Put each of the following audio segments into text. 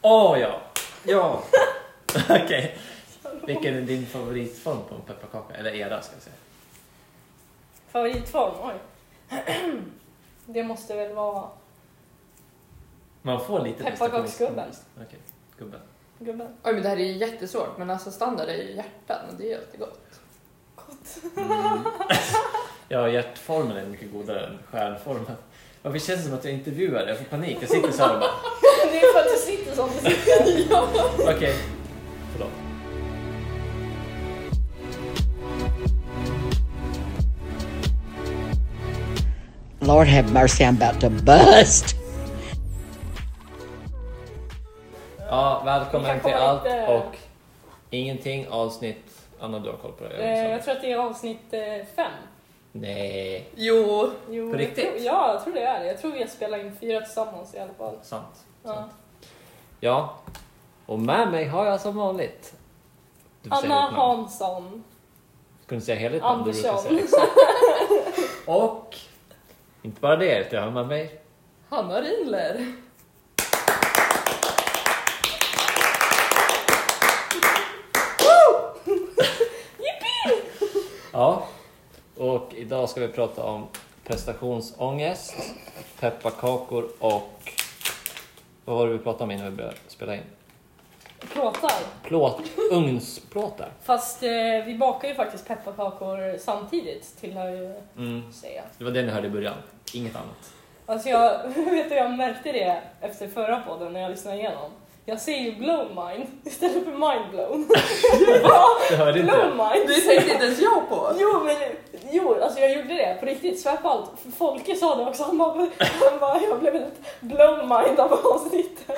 Ja. Okej. Vilken är din favoritform på en pepparkaka? Eller era ska jag säga. Favoritform? Oj. Det måste väl vara... Man får lite pepparkaksgubben. Okej, gubben. Oj, men det här är ju jättesvårt. Men alltså standard är ju hjärtan och det är alltid gott. Ja, hjärtformen är mycket godare än stjärnformen. Varför känns det som att jag intervjuar? Jag får panik. Jag sitter så här och bara... Det är för att du sitter som du sitter. Ja. Okej, förlåt. Lord have mercy, I'm about to bust. Ja, välkommen till komma allt lite- och ingenting avsnitt. Anna, du har koll på det. Jag tror att det är avsnitt 5. Nej, Jo. Jo, På riktigt? Jag tror det är det. Jag tror vi har spelat in 4 tillsammans i alla fall. sant. Ja. Ja, och med mig har jag som vanligt. Du får säga Anna ditt namn. Hansson. Ska du säga hela ditt namn? Du brukar Andersson. säga exakt. Och inte bara det, utan jag har med mig. Hanna Rinler. Ja, och idag ska vi prata om prestationsångest, pepparkakor och vad var det vi pratade om innan vi började spela in? Plåtar. Ugnsplåtar. Fast vi bakar ju faktiskt pepparkakor samtidigt, till jag ju säga. Det var det ni hörde i början, inget annat. Alltså jag vet att jag märkte det efter förra podden när jag lyssnade igenom. Jag säger ju blown mind istället för mind blown. Det hörde inte Blown jag. mind. Det tänkte inte ens jag på. Jo, alltså jag gjorde det på riktigt, svär på allt. Folke sa det också, han bara jag blev helt blown mind av avsnittet.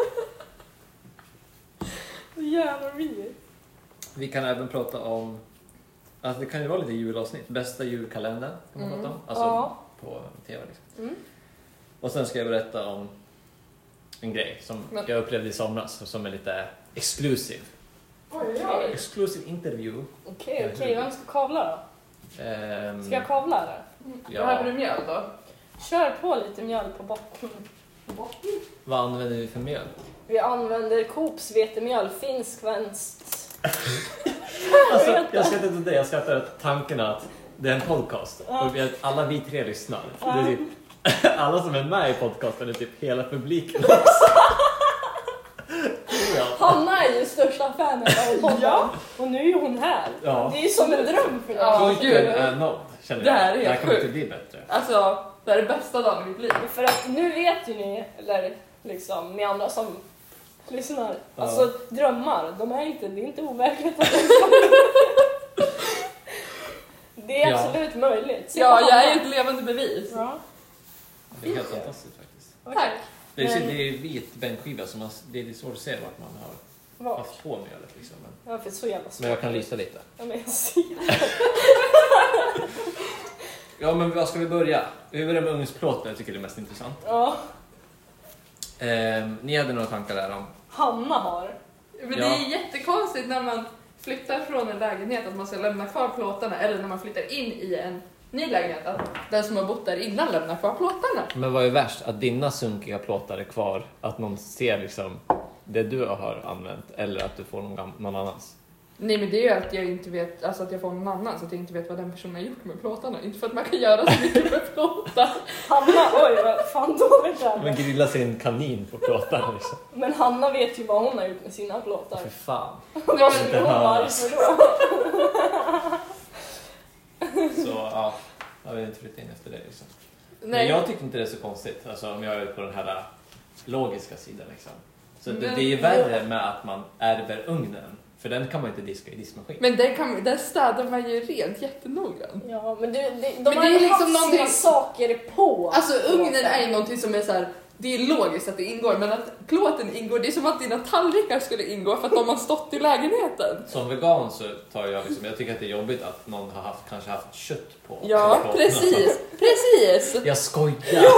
Så jävla weird. Vi kan även prata om, alltså det kan ju vara lite julavsnitt, bästa julkalendern kan man prata om. Alltså Ja. på tv liksom. Och sen ska jag berätta om en grej som jag upplevde i somras som är lite exklusiv. Okej. Exclusive interview. Okej, vem ska kavla då? Ska jag kavla eller? Behöver Ja. du mjöl då? Kör på lite mjöl på botten. Vad använder vi för mjöl? Vi använder Coops vetemjöl, finsk vänst. Alltså, jag skrattar inte det. Jag skrattar åt tanken att det är en podcast. Och alla vi tre lyssnar. Det är typ, alla som är med i podcasten är typ hela publiken. Hanna är ju största fanen av podden. Ja. Och nu är hon här. Ja. Det är ju som en dröm för dig. Ja. Punkten är nådd, känner Det jag. här är Det här helt kommer inte sjukt. bli bättre. Alltså, det är det bästa dagen i mitt liv. För att nu vet ju ni, eller liksom ni andra som lyssnar. Alltså drömmar, det är inte overkligt. Det är absolut möjligt. Se Ja, på jag är Hanna. ett levande bevis. Ja. Det är helt fantastiskt faktiskt. Tack. Det är vit bänkskiva som det är lite svårt att se vart man har Vad? haft på mjölet liksom. Ja, för så jävla svårt. Men jag kan lysa lite. Ja, men jag ser. Ja, men vad ska vi börja? Hur är det med ugnsplåtar? Jag tycker det är mest intressant. Ja, Ni hade några tankar där om... Hanna har. Men det är jättekonstigt när man flyttar från en lägenhet att man ska lämna kvar plåtarna, eller när man flyttar in i en ny lägenhet att den som har bott där innan lämnar kvar plåtarna. Men vad är värst? Att dina sunkiga plåtar är kvar? Att någon ser liksom det du har använt? Eller att du får någon annans? Nej, men det är ju att jag inte vet, alltså att jag får någon annan så att jag inte vet vad den personen har gjort med plåtarna. Inte för att man kan göra så mycket med plåtar. Hanna, oj vad fan dåligt det Man här. grillar sin kanin på plåtarna liksom. Men Hanna vet ju vad hon har gjort med sina plåtar. För fan. Vad skulle hon vara arg för då? Så ja, jag vill inte flytta in efter det liksom. Men Nej, jag tycker inte det är så konstigt. Alltså om jag är på den här logiska sidan liksom. Så Men- det är ju värre med att man ärver ugnen. För den kan man inte diska i diskmaskin. men där städar man ju rent jättenoggrant. Ja, men de Men har det är ju liksom haft sina någonting- saker på. Alltså ugnen är ju någonting som är så här. Det är logiskt att det ingår, men att plåten ingår, det är som att dina tallrikar skulle ingå för att de har stått i lägenheten. Som vegan så tar jag liksom, jag tycker att det är jobbigt att någon har kanske haft kött på. Ja, på precis. Precis. Jag skojar.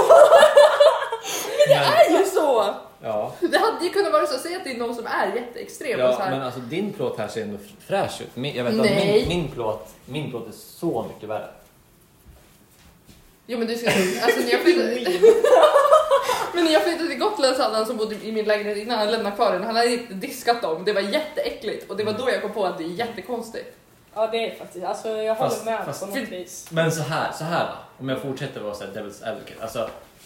Det är ju så. Ja, Det hade ju kunnat vara så. Säg att det är någon som är jätteextrem och så ja här. men alltså din plåt här ser ändå fräsch ut. Jag vet Nej. att min plåt är så mycket värre. Jo, men du ska... Alltså när jag flyttade... Men när jag flyttade till Gotland så hade han som bodde i min lägenhet innan han lämnade kvar den. Han hade inte diskat dem. Det var jätteäckligt. Och det var då jag kom på att det är jättekonstigt. Ja, det är faktiskt. Alltså, jag håller med på något vis. Men så här då. Om jag fortsätter vara så här devil's advocate. Alltså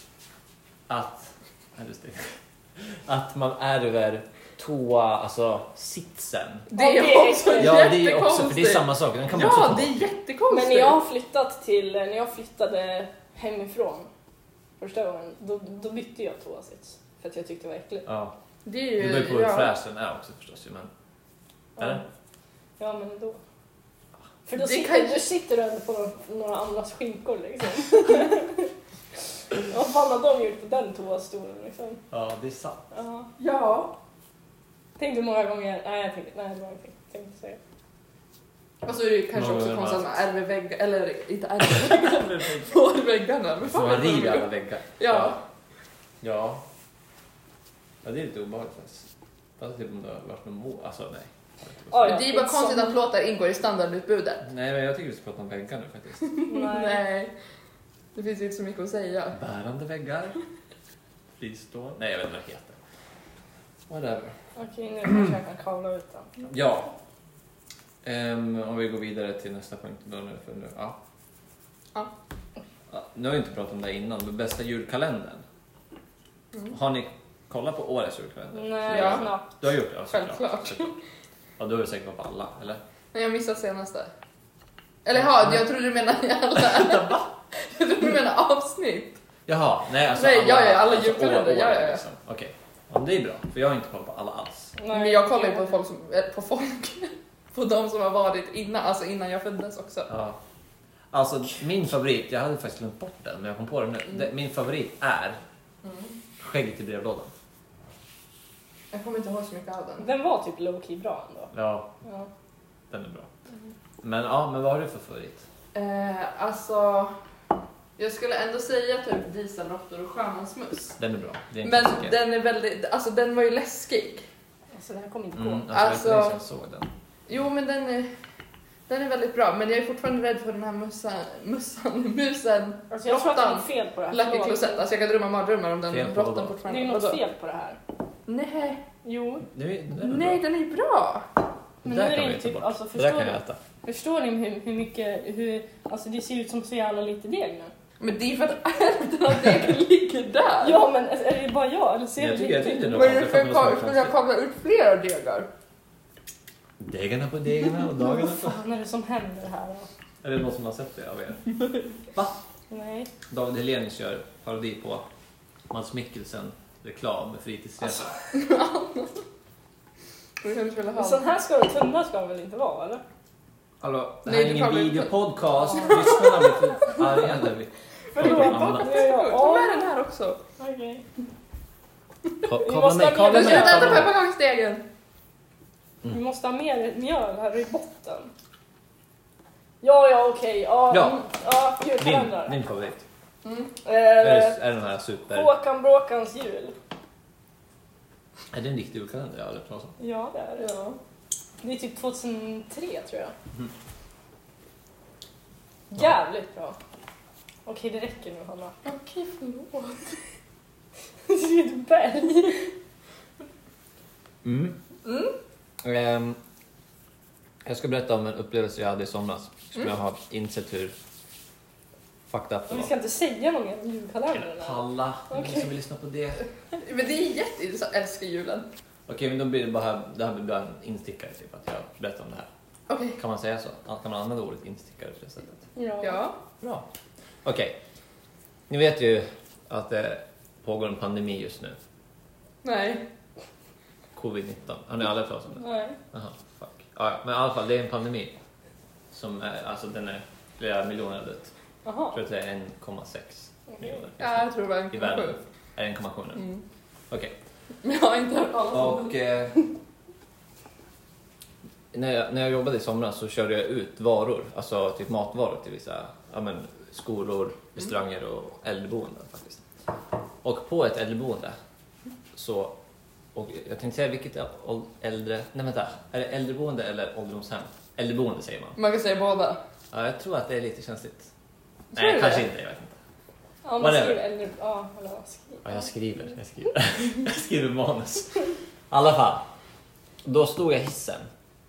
att man ärver toa, alltså sitsen. Det är också Ja, det är också, för det är samma sak. Den kan man också ta det är bort. jättekonstigt. Men när jag flyttade hemifrån första gången, då bytte jag toasits. För att jag tyckte det var äckligt. Ja. Det är ju... Det beror på hur fräsch den är också förstås. Men... Eller? Ja, men ändå. För Det då sitter du ändå på några andras skinkor liksom. Vad fan har de gjort på den toastolen liksom? Ja, det är sant. Ja. Tänkte många gånger, det var ingenting. Tänkte säga. Och så är det kanske också konstigt att man ärver väggar, eller inte ärver får väggarna. Men man river alla väggar. Ja. Ja, det är lite obehagligt faktiskt. Fast typ om det har varit någon mål. Alltså nej. Men det är bara konstigt att plåtar ingår i standardutbudet. Nej, men jag tycker vi ska prata om väggar nu faktiskt. Nej. Det finns inte så mycket att säga. Bärande väggar. Fristående. Nej, jag vet inte vad det heter. Whatever. Okej, nu kanske jag kan kavla ut den. Ja. Om vi går vidare till nästa punkt då nu. Ja. Nu har vi inte pratat om det innan, men bästa julkalendern. Har ni kollat på årets julkalender? Nej, knappt. Du har gjort det? Ja, Självklart. Ja, du har säkert varit på alla, eller? Nej, jag missade senaste. Eller jag tror du menar alla. Jag tror du menar avsnitt. Jaha, nej alltså nej, alla, alla alltså julkalender, ja. Liksom. Okej, ja, det är bra, för jag har inte kollat på alla alls. Nej, men jag kollar ju på folk på de som har varit innan jag föddes också. Ja. Alltså min favorit, jag hade faktiskt glömt bort den, men jag kom på den nu. Min favorit är Skägget i brevlådan. Jag kommer inte ihåg så mycket av den. Den var typ low-key bra ändå. Ja, den är bra. Men vad har du för favorit? Alltså, jag skulle ändå säga typ Dieselråttor och Sjömansmus. Den är bra. Det är en men klassiker. den är väldigt, alltså den var ju läskig. Alltså det här kommer inte gå. Alltså, jag såg den. Jo, men den är väldigt bra, men jag är fortfarande rädd för den här musen. Alltså jag tror att det är något fel på det här. Lucky Closet. Alltså jag kan drömma mardrömmar om den råttan fortfarande. Det är något fel på det här. Nej. Jo. Nej, den är bra. Men nu är det typ, alltså det där kan jag äta. Förstår ni hur mycket, alltså det ser ut som så jävla lite deg nu. Men det är för att degen ligger där. Ja, men är det bara jag? Eller ser jag tycker det är men du ska kavla ut flera degar. Degarna på degarna och dagarna på... Vad fan är det som händer här då? Är det någon som har sett det av er? Va? Nej. David Hellenius gör parodi på Mads Mikkelsen reklam med fritidsresor. Sån här tunna ska väl inte vara, eller? Hallå, det här är ingen videopodcast. Lyssnarna blir för arga när vi... Förlåt, ta med den här också. Okej. Kavla mig. Sluta äta pepparkaksdegen. Vi måste ha mer mjöl här i botten. Ja, okej. Ja, julkalendrar. Din favorit. Är det den här super... Håkan Bråkans jul. Är det en riktig julkalender? Jag har aldrig pratat om. Ja, det är det. Ja. Det är typ 2003, tror jag. Jävligt bra. Okej, det räcker nu, Hanna. Okej, förlåt. Det är ett berg. Jag ska berätta om en upplevelse jag hade i somras. Som jag har insett hur fucked up det var. Vi ska inte säga någon mer om julkalendern. Palla, ingen som vill lyssna på det. Men det är jätteintressant. Jag älskar julen. Okej, men då blir det bara en instickare typ, att jag berättar om det här. Okej. Kan man säga så? Kan man använda ordet instickare på det sättet? Ja. Bra. Okej. Ni vet ju att det pågår en pandemi just nu. Nej. Covid-19. Har ni aldrig pratat om det? Nej. Aha, fuck. Ja, men i alla fall, det är en pandemi. Som är, alltså den är flera miljoner dött. Jaha. Jag tror att det är 1,6 miljoner. Ja, jag tror det var 1,7. I världen. Är det 1,7 nu? Okej. Men jag har inte hört talas om det. Och när jag jobbade i somras så körde jag ut varor. Alltså typ matvaror till vissa skolor, restauranger och äldreboenden faktiskt. Och på ett äldreboende så... Och jag tänkte säga vilket är äldre... Nej vänta, är det äldreboende eller ålderdomshem? Äldreboende säger man. Man kan säga båda. Ja, jag tror att det är lite känsligt. Tror Nej, du kanske det? inte, jag vet inte. Ja, man Whatever. skriver eller eller vad skriver. Ja, jag skriver. Jag skriver manus. I alla fall. Då stod jag i hissen.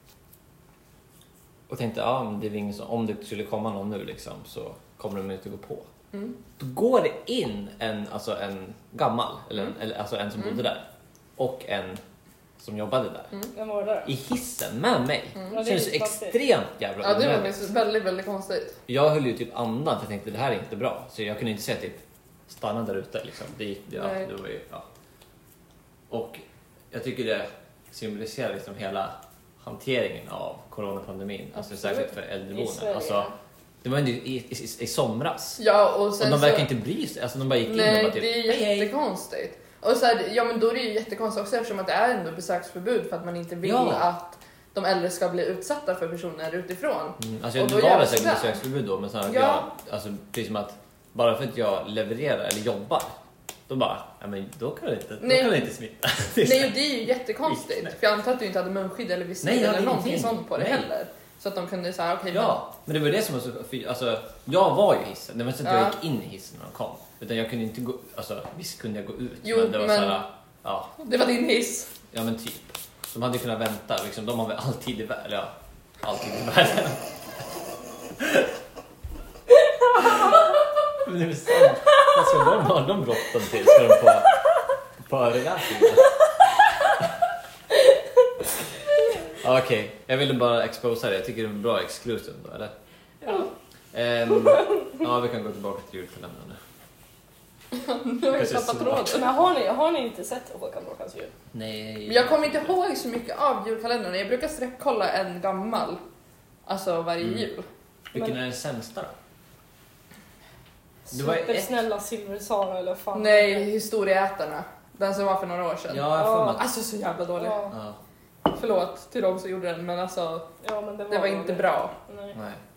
Och tänkte, men det är ingen som, om det skulle komma någon nu liksom, så kommer de inte gå på. Då går det in en gammal, eller en som bodde där. Och en som jobbade där. Vem var det där? I hissen med mig. Ja, Det det känns är extremt jävla Ja, det var onödigt. väldigt, väldigt konstigt. Jag höll ju typ andan för jag tänkte det här är inte bra. Så jag kunde inte säga typ stanna där ute liksom. Det var ju, Och jag tycker det symboliserar liksom hela hanteringen av coronapandemin. Alltså särskilt för äldreboenden. Alltså, det var ju i somras. Ja, och sen Och de verkar inte bry sig. Alltså de bara gick in och bara typ, det är jättekonstigt. Och så här, men då är det ju jättekonstigt också eftersom att det är ändå besöksförbud för att man inte vill att de äldre ska bli utsatta för personer utifrån. Alltså och det var väl säkert besöksförbud då, men så att alltså precis som att bara för att jag levererar eller jobbar, då bara, men då kan det inte smitta. Nej, det är ju jättekonstigt. För jag antar att du inte hade munskydd eller visir eller någonting sånt på det heller. Så att de kunde säga okej. Men det var det som var så, alltså jag var ju i hissen. Det var inte att jag gick in i hissen när de kom. Utan jag kunde inte gå, alltså visst kunde jag gå ut. Jo, men det var såhär, det var din hiss. Ja men typ. De hade kunnat vänta, liksom, de har väl alltid i världen. Alltid i världen. Men det är sant. Alltså de har de bråttom till. Ska de på överläsningen? Okej, jag ville bara exposa det. Jag tycker det är en bra exclusive då, eller? Ja. Vi kan gå tillbaka till julkalendern nu. Nu har jag tappat tråden. Men har ni inte sett Håkan Bråkans jul? Nej. Men jag kommer inte ihåg så mycket av julkalendern. Jag brukar sträckkolla en gammal. Alltså varje jul. Vilken är den sämsta då? Supersnälla Silver-Sara eller fan. Nej, Historieätarna. Den som var för några år sedan. Ja, jag får mig att... Alltså så jävla dålig. Ja. Förlåt till de som gjorde den, men alltså Men det var inte bra. Nej.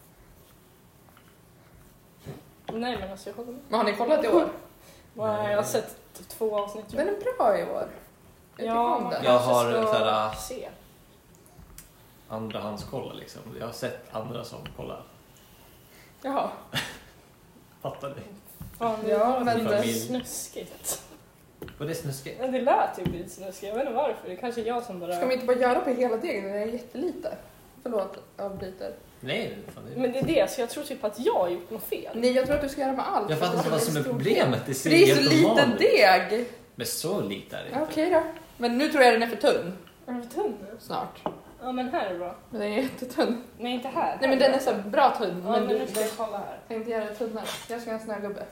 Nej. Men alltså jag håller med. Men har ni kollat i år? Nej, jag har sett 2 avsnitt. Den är bra i år. Jag tycker om den. Jag har såhär se. andrahandskolla liksom. Jag har sett andra som kollar. Jaha. Fattar ni? Fan, Ja, men det är familj. snuskigt. Och det är snuskigt. Men det lät typ lite snuskigt. Jag vet inte varför. Det är kanske jag som bara... Ska vi inte bara göra på hela degen? Den är jättelite. Förlåt, avbryter. Nej, fan, Men det är det, så jag tror typ att jag har gjort något fel. Nej, jag tror att du ska göra med allt. jag fattar inte vad som är problemet. Det För det är så liten deg. Men så lite är det inte. Okej då. Men nu tror jag den är för tunn. Är den för tunn nu? Snart. Ja, men här är det bra. Men den är jättetunn. Nej, inte här. Nej, men den är så bra tunn. Ja, Men men du nu ska jag kolla här. tänkte göra det tunnare. Jag ska ha en sån här gubbe.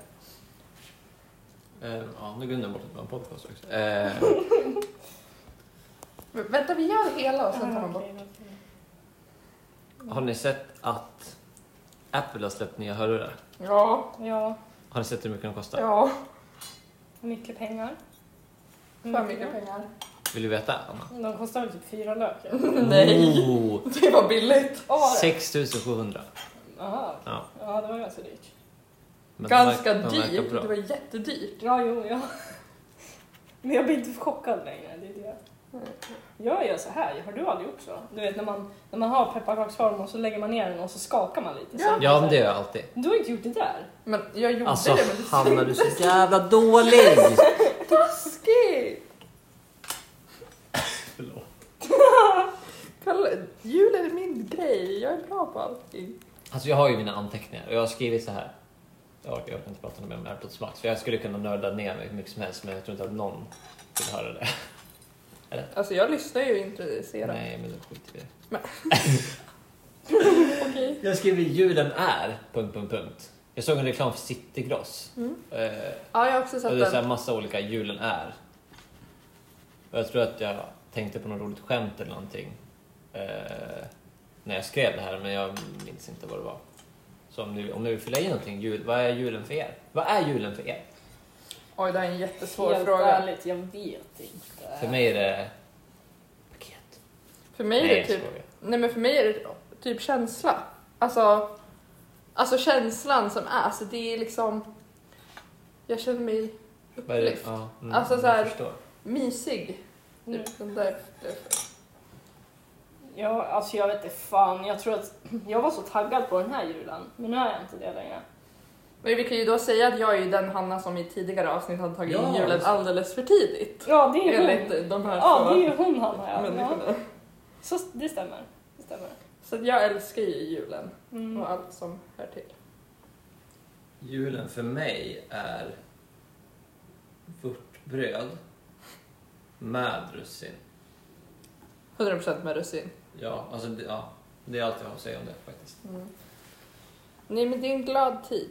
Nu glömde jag bort att det var en podcast också. Vänta, vi gör hela och sen tar man bort. Har ni sett att Apple har släppt nya hörlurar? Ja. Ja, Har ni sett hur mycket de kostar? Ja. mycket pengar. För mycket pengar. Vill du veta, Anna? De kostar väl typ 4 lökar. Nej. Oh, Det var billigt. Vad var det? 6 700. Aha. Ja. Ja, det var ganska dyrt. Men Ganska de verkar dyrt. bra. Det var jättedyrt. Ja, ja. Men jag blir inte chockad längre, det är det. Jag gör så här, har du aldrig gjort så? Du vet när man har pepparkaksform och så lägger man ner den och så skakar man lite. Ja. Ja, men det gör jag alltid. Du har inte gjort det där. Men jag gjorde Alltså, det, men det Hanna, du är så jävla dålig! taskigt. Förlåt. Kalle, julen är min grej. Jag är bra på allting. Alltså jag har ju mina anteckningar och jag har skrivit så här. Jag orkar inte prata mer om AirPods Max för jag skulle kunna nörda ner mig hur mycket som helst men jag tror inte att någon vill höra det. Eller? Alltså jag lyssnar ju intresserad. Nej, men det skiter vi i. Okej. Jag skrev julen är... ... Jag såg en reklam för Citygross. Ja, jag har också Och sett det är så här den. massa olika julen är. Och jag tror att jag tänkte på något roligt skämt eller någonting. När jag skrev det här, men jag minns inte vad det var. Så om ni vill fylla i någonting, vad är julen för er? Vad är julen för er? Oj, det är en jättesvår Helt fråga. ärligt, jag vet inte. För mig är det... paket. För mig är Nej, det jag typ... skojar. Nej, men för mig är det typ känsla. Alltså känslan som är. Så det är liksom... Jag känner mig Vad är det? upplyft. Ja, Alltså så jag här- förstår. Mysig. Mm. Typ den där. Ja, alltså jag vet inte fan. Jag tror att jag var så taggad på den här julen. Men nu är jag inte det längre. Men vi kan ju då säga att jag är ju den Hanna som i tidigare avsnitt hade tagit in julen alldeles för tidigt. Ja, det är hon. Enligt de här Ja, det är hon, Hanna. Ja. människorna. Så det stämmer. Det stämmer. Så att jag älskar ju julen och allt som hör till. Julen för mig är vörtbröd med russin. 100% med russin. Ja, alltså det är allt jag har att säga om det faktiskt. Nej, men det är en glad tid.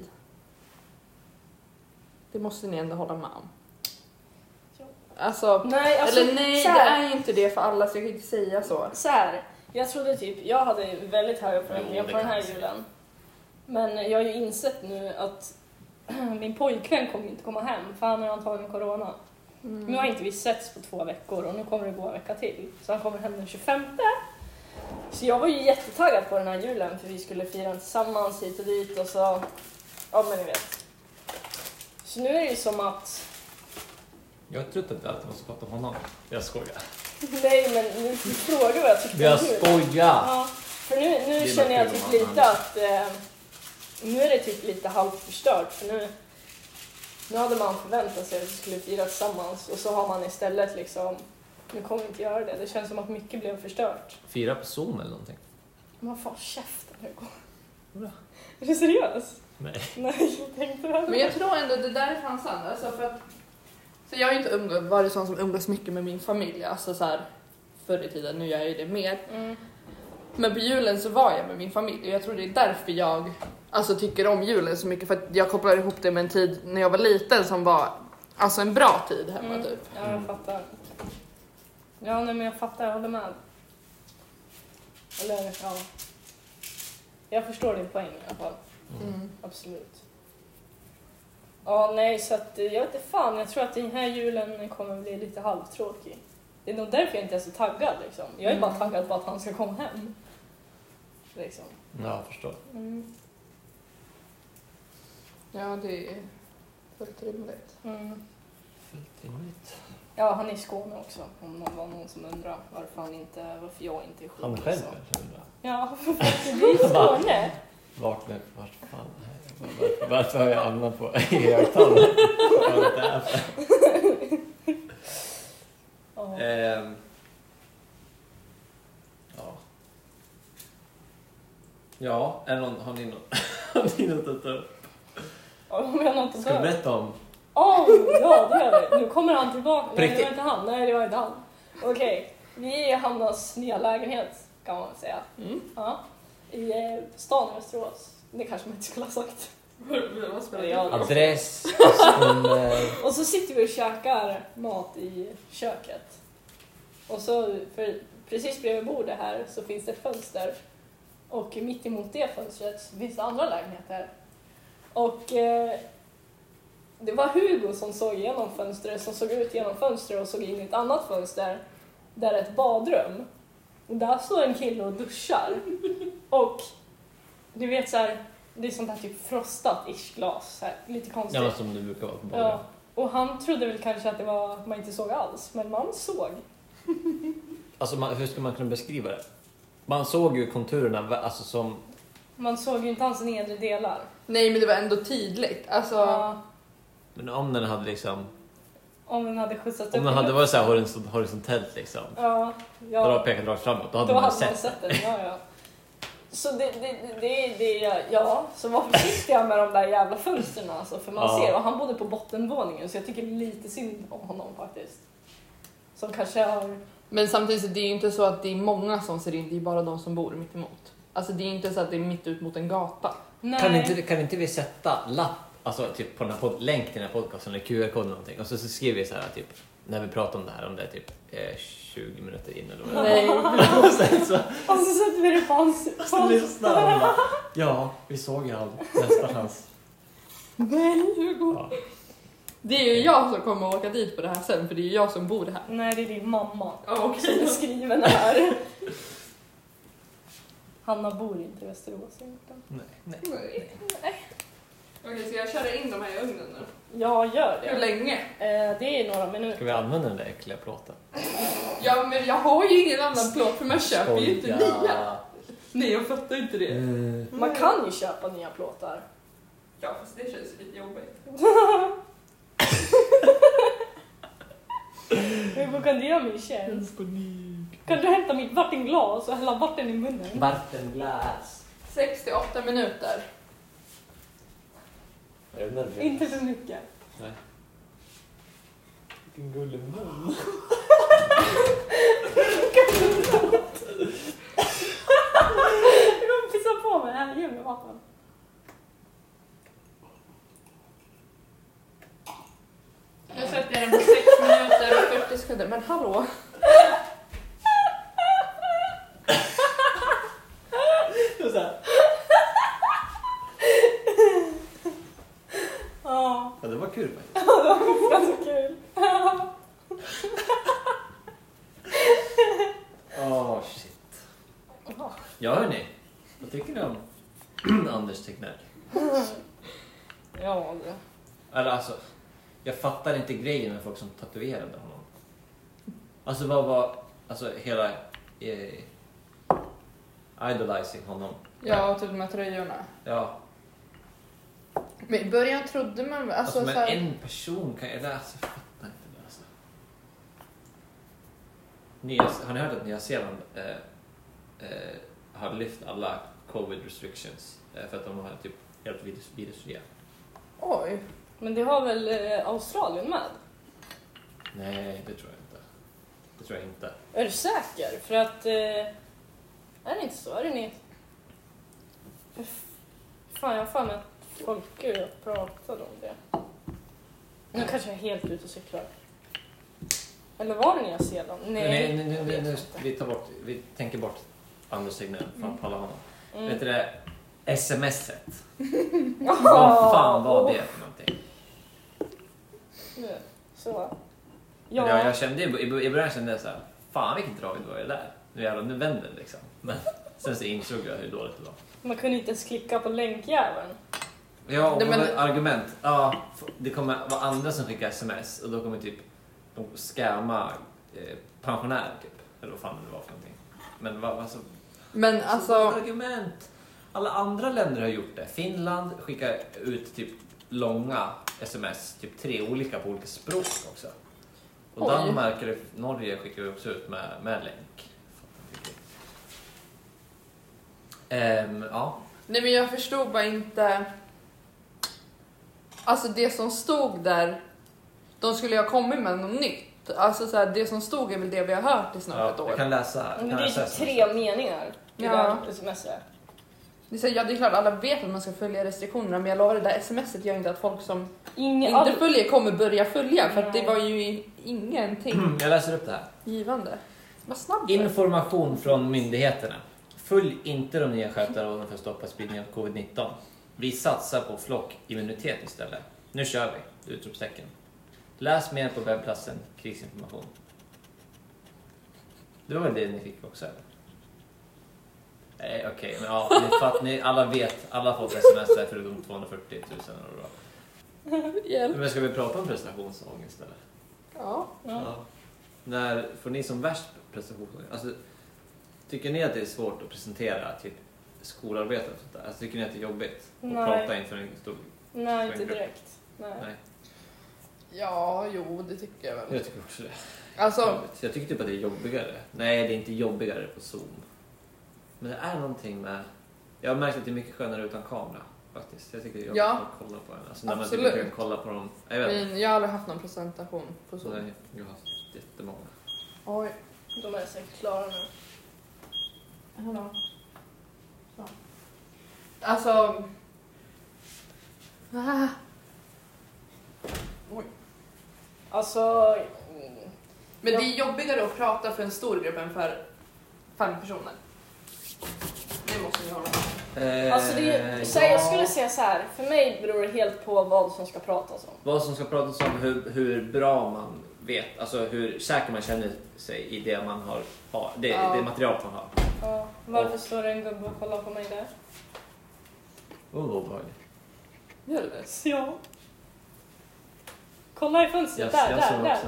Det måste ni ändå hålla med om. Ja. Alltså, Nej, alltså, eller nej, så det här. är inte det för alla, så jag kan inte säga så. Så här, jag trodde typ, jag hade väldigt höga förväntningar Jo, det på den här kan jag julen. Men jag har ju insett nu att min pojkvän kommer inte komma hem för han har antagligen corona. Nu har inte vi setts på 2 veckor och nu kommer det gå en vecka till. Så han kommer hem den 25. Så jag var ju jättetaggad på den här julen för vi skulle fira den tillsammans hit och dit och så, ja men ni vet. Så nu är det ju som att, Jag har trott att vi alltid måste prata om honom. Jag skojar. nej men nu frågar vad jag tyckte Jag om julen. skojar! Ja, för nu känner jag typ lite att nu är det typ lite halvt förstört för nu hade man förväntat sig att vi skulle fira tillsammans och så har man istället liksom, nu kommer vi inte göra det. Det känns som att mycket blev förstört. Fira på Zoom eller någonting? Men vad fan, käften nu går. Bra. Är du seriös? Nej. Nej, jag tänkte väl. Men jag tror ändå det där är fan sant. Alltså för att, så jag har ju inte varit sån som umgås mycket med min familj. Alltså så här, förr i tiden, nu gör jag ju det mer. Men på julen så var jag med min familj. Och jag tror det är därför jag tycker om julen så mycket. För att jag kopplar ihop det med en tid när jag var liten som var alltså en bra tid hemma typ. Ja, jag fattar. Ja, nej, men jag fattar, jag håller med. Eller, ja. Jag förstår din poäng i alla fall. Absolut. Ja, nej, så att jag vet inte fan. Jag tror att den här julen kommer bli lite halvtråkig. Det är nog därför jag inte är så taggad liksom. Jag är bara taggad på att han ska komma hem. Liksom. Ja, jag förstår. Ja, det är fullt rimligt. Fullt rimligt. Ja, han är i Skåne också. Om det var någon som undrar varför jag inte är sjuk. Han själv så. kanske undrar. Ja, för att det är i Skåne. Vart fan? Varför har jag hamnat på högtalare? Vad är det här för? Ja, är någon, har ni något att ta upp? Ja, om jag har något att Ska du säga. berätta om? Ja, det gör vi. Nu kommer han tillbaka. Nej, det Riktigt? var inte han. Nej, det var inte han. Okej, vi är i Hannas nya lägenhet, kan man säga. Ja. I stan i Västerås. Det kanske man inte skulle ha sagt. Adress, Och så sitter vi och käkar mat i köket. Och så, för precis bredvid bordet här så finns det ett fönster. Och mitt emot det fönstret finns det andra lägenheter. Och det var Hugo som såg igenom fönstret, som såg ut genom fönstret och såg in i ett annat fönster. Där är ett badrum. Och där står en kille och duschar. Och du vet så här, det är sånt här typ frostat-ish glas. Så här, lite konstigt. ja, som det brukar vara på baden. Ja, och han trodde väl kanske att det var att man inte såg alls, men man såg. Alltså hur ska man kunna beskriva det? Man såg ju konturerna alltså som... Man såg ju inte hans nedre delar. Nej, men det var ändå tydligt. Alltså, Ja, Men om den hade liksom... om den hade skjutsat upp. Om den hade varit så här horisontellt liksom. Ja, Då har ja. pekat rakt framåt. Då hade Då man hade sett man sett den. Ja. Så så var försiktiga med de där jävla fönsterna alltså, för man ser, och han bodde på bottenvåningen så jag tycker lite synd om honom faktiskt. Som kanske har... men samtidigt så det är ju inte så att det är många som ser in, det är bara de som bor mitt emot. Alltså det är inte så att det är mitt ut mot en gata. Nej. Kan inte vi sätta lapp, alltså typ på den här länk till den här podcasten eller QR-kod eller någonting, och så skriver vi så här typ när vi pratar om det här, om det är typ 20 minuter in eller vad det är. Nej. Och sen så Och så sätter vi det på hans... lyssnar de bara, ja, vi såg ju allt, nästa chans. Nej, Hugo. Ja. Det är ju jag som kommer att åka dit på det här sen, för det är ju jag som bor här. Nej, det är din mamma Okej. som är skriven här. Hanna bor inte i Västerås egentligen. Nej. Okej, så jag kör in de här i ugnen nu. Jag gör det. Hur länge? Det är några minuter. Ska vi använda den där äckliga plåten? Ja, men jag har ju ingen annan plåt för man köper ju inte nya. Skoja. Nej, jag fattar inte det. Man kan ju köpa nya plåtar. Ja, fast det känns lite jobbigt. Vad kan du göra min tjänst? Kan du hämta mitt vattenglas och hälla vatten i munnen? Vattenglas. 68 minuter. Är du nervös? Inte för mycket. Nej. Vilken gullig mun. Jag kommer pissa på mig här. Ge mig vatten. Nu sätter jag den på 6 minuter och 40 sekunder. Men hallå? Ja, Ja, det var kul faktiskt. det var ganska kul. Shit. Ja, hörni. Vad tycker ni om Anders Tegnell? Ja, det. Eller alltså, jag fattar inte grejen med folk som tatuerade honom. Alltså vad var, alltså hela idolizing honom. Ja, och typ de här tröjorna. Ja, Men i början trodde man... alltså men så här, en person kan, eller alltså jag fattar inte det alltså. Har ni hört att Nya Zeeland har lyft alla covid restrictions för att de har typ helt virusfria? Oj. Men det har väl Australien med? Nej, det tror jag inte. Det tror jag inte. Är du säker? För att... är det inte så? Är det ni... Fan, jag har fan att folk pratade om det. Nu kanske jag är helt ute och cyklar. Eller var det Nya Zeeland? Nej. Nu, vi tänker bort Anders Tegnell. Fan, pallar honom. Vet du det? SMS-et. Vad fan var det för någonting? Så. Ja. Jag kände i början kände jag så här, fan vilket drag det var det där. Nu vänder det liksom. Men sen så insåg jag hur dåligt det var. Man kunde inte ens klicka på länkjäveln. Ja, och men argument. Ja, det kommer vara andra som skickar sms och då kommer typ de scamma pensionärer typ. Eller vad fan det var för någonting. Men alltså... Men alltså... Argument. Alla andra länder har gjort det. Finland skickar ut typ långa sms, typ 3 olika på olika språk också. Och Oj. Danmark eller Norge skickar vi också ut med länk. Ja. Nej, men jag förstod bara inte... Alltså det som stod där, de skulle ju ha kommit med något nytt. Alltså så här, det som stod är väl det vi har hört i snart ett år. Jag kan läsa. Men det är typ 3 meningar i Ja. det sms:et. Det är, så här, ja, det är klart alla vet att man ska följa restriktionerna, men jag lovar det där sms:et gör inte att folk som inte följer kommer börja följa, för att det var ju ingenting Jag läser upp det här. givande. Vad snabbt. Information från myndigheterna. Följ inte de nya skärpta råden för att stoppa spridningen av covid-19. Vi satsar på flockimmunitet istället. Nu kör vi! Utropstecken. Läs mer på webbplatsen Krigsinformation. Det var väl det ni fick också, eller? Nej, okej. Men ja, ni alla vet. Alla har fått sms där förutom 240 000 euro. Hjälp. Men ska vi prata om prestationsångest eller? Ja. Ja. När får ni som värst prestationsångest? Alltså, tycker ni att det är svårt att presentera typ skolarbete och sånt där? Alltså, tycker ni att det är jobbigt att prata inför en stor... Nej, inte direkt. Nej. Ja, jo, det tycker jag väl. Jag tycker också det. Alltså, Jag tycker typ att det är jobbigare. Nej, det är inte jobbigare på Zoom. Men det är någonting med... Jag har märkt att det är mycket skönare utan kamera. Faktiskt. Jag tycker det är jobbigt att kolla på den. Alltså, när man typ kan kolla på dem. Jag har aldrig haft någon presentation på Zoom. Nej, jag har haft jättemånga. Oj. De är säkert klara nu. Hallå. Så. Alltså... Oj. Alltså... Men det är jobbigare att prata för en stor grupp än för 5 personer. Det måste vi hålla. Alltså det är, så här, jag skulle säga så här. För mig beror det helt på vad som ska pratas om. Vad som ska pratas om, hur bra man vet. Alltså hur säker man känner sig i det man har. Det material man har. Ja, varför står det en gubbe och kollar på mig där? Obehagligt. Gör du det? Ja. Kolla i fönstret, där.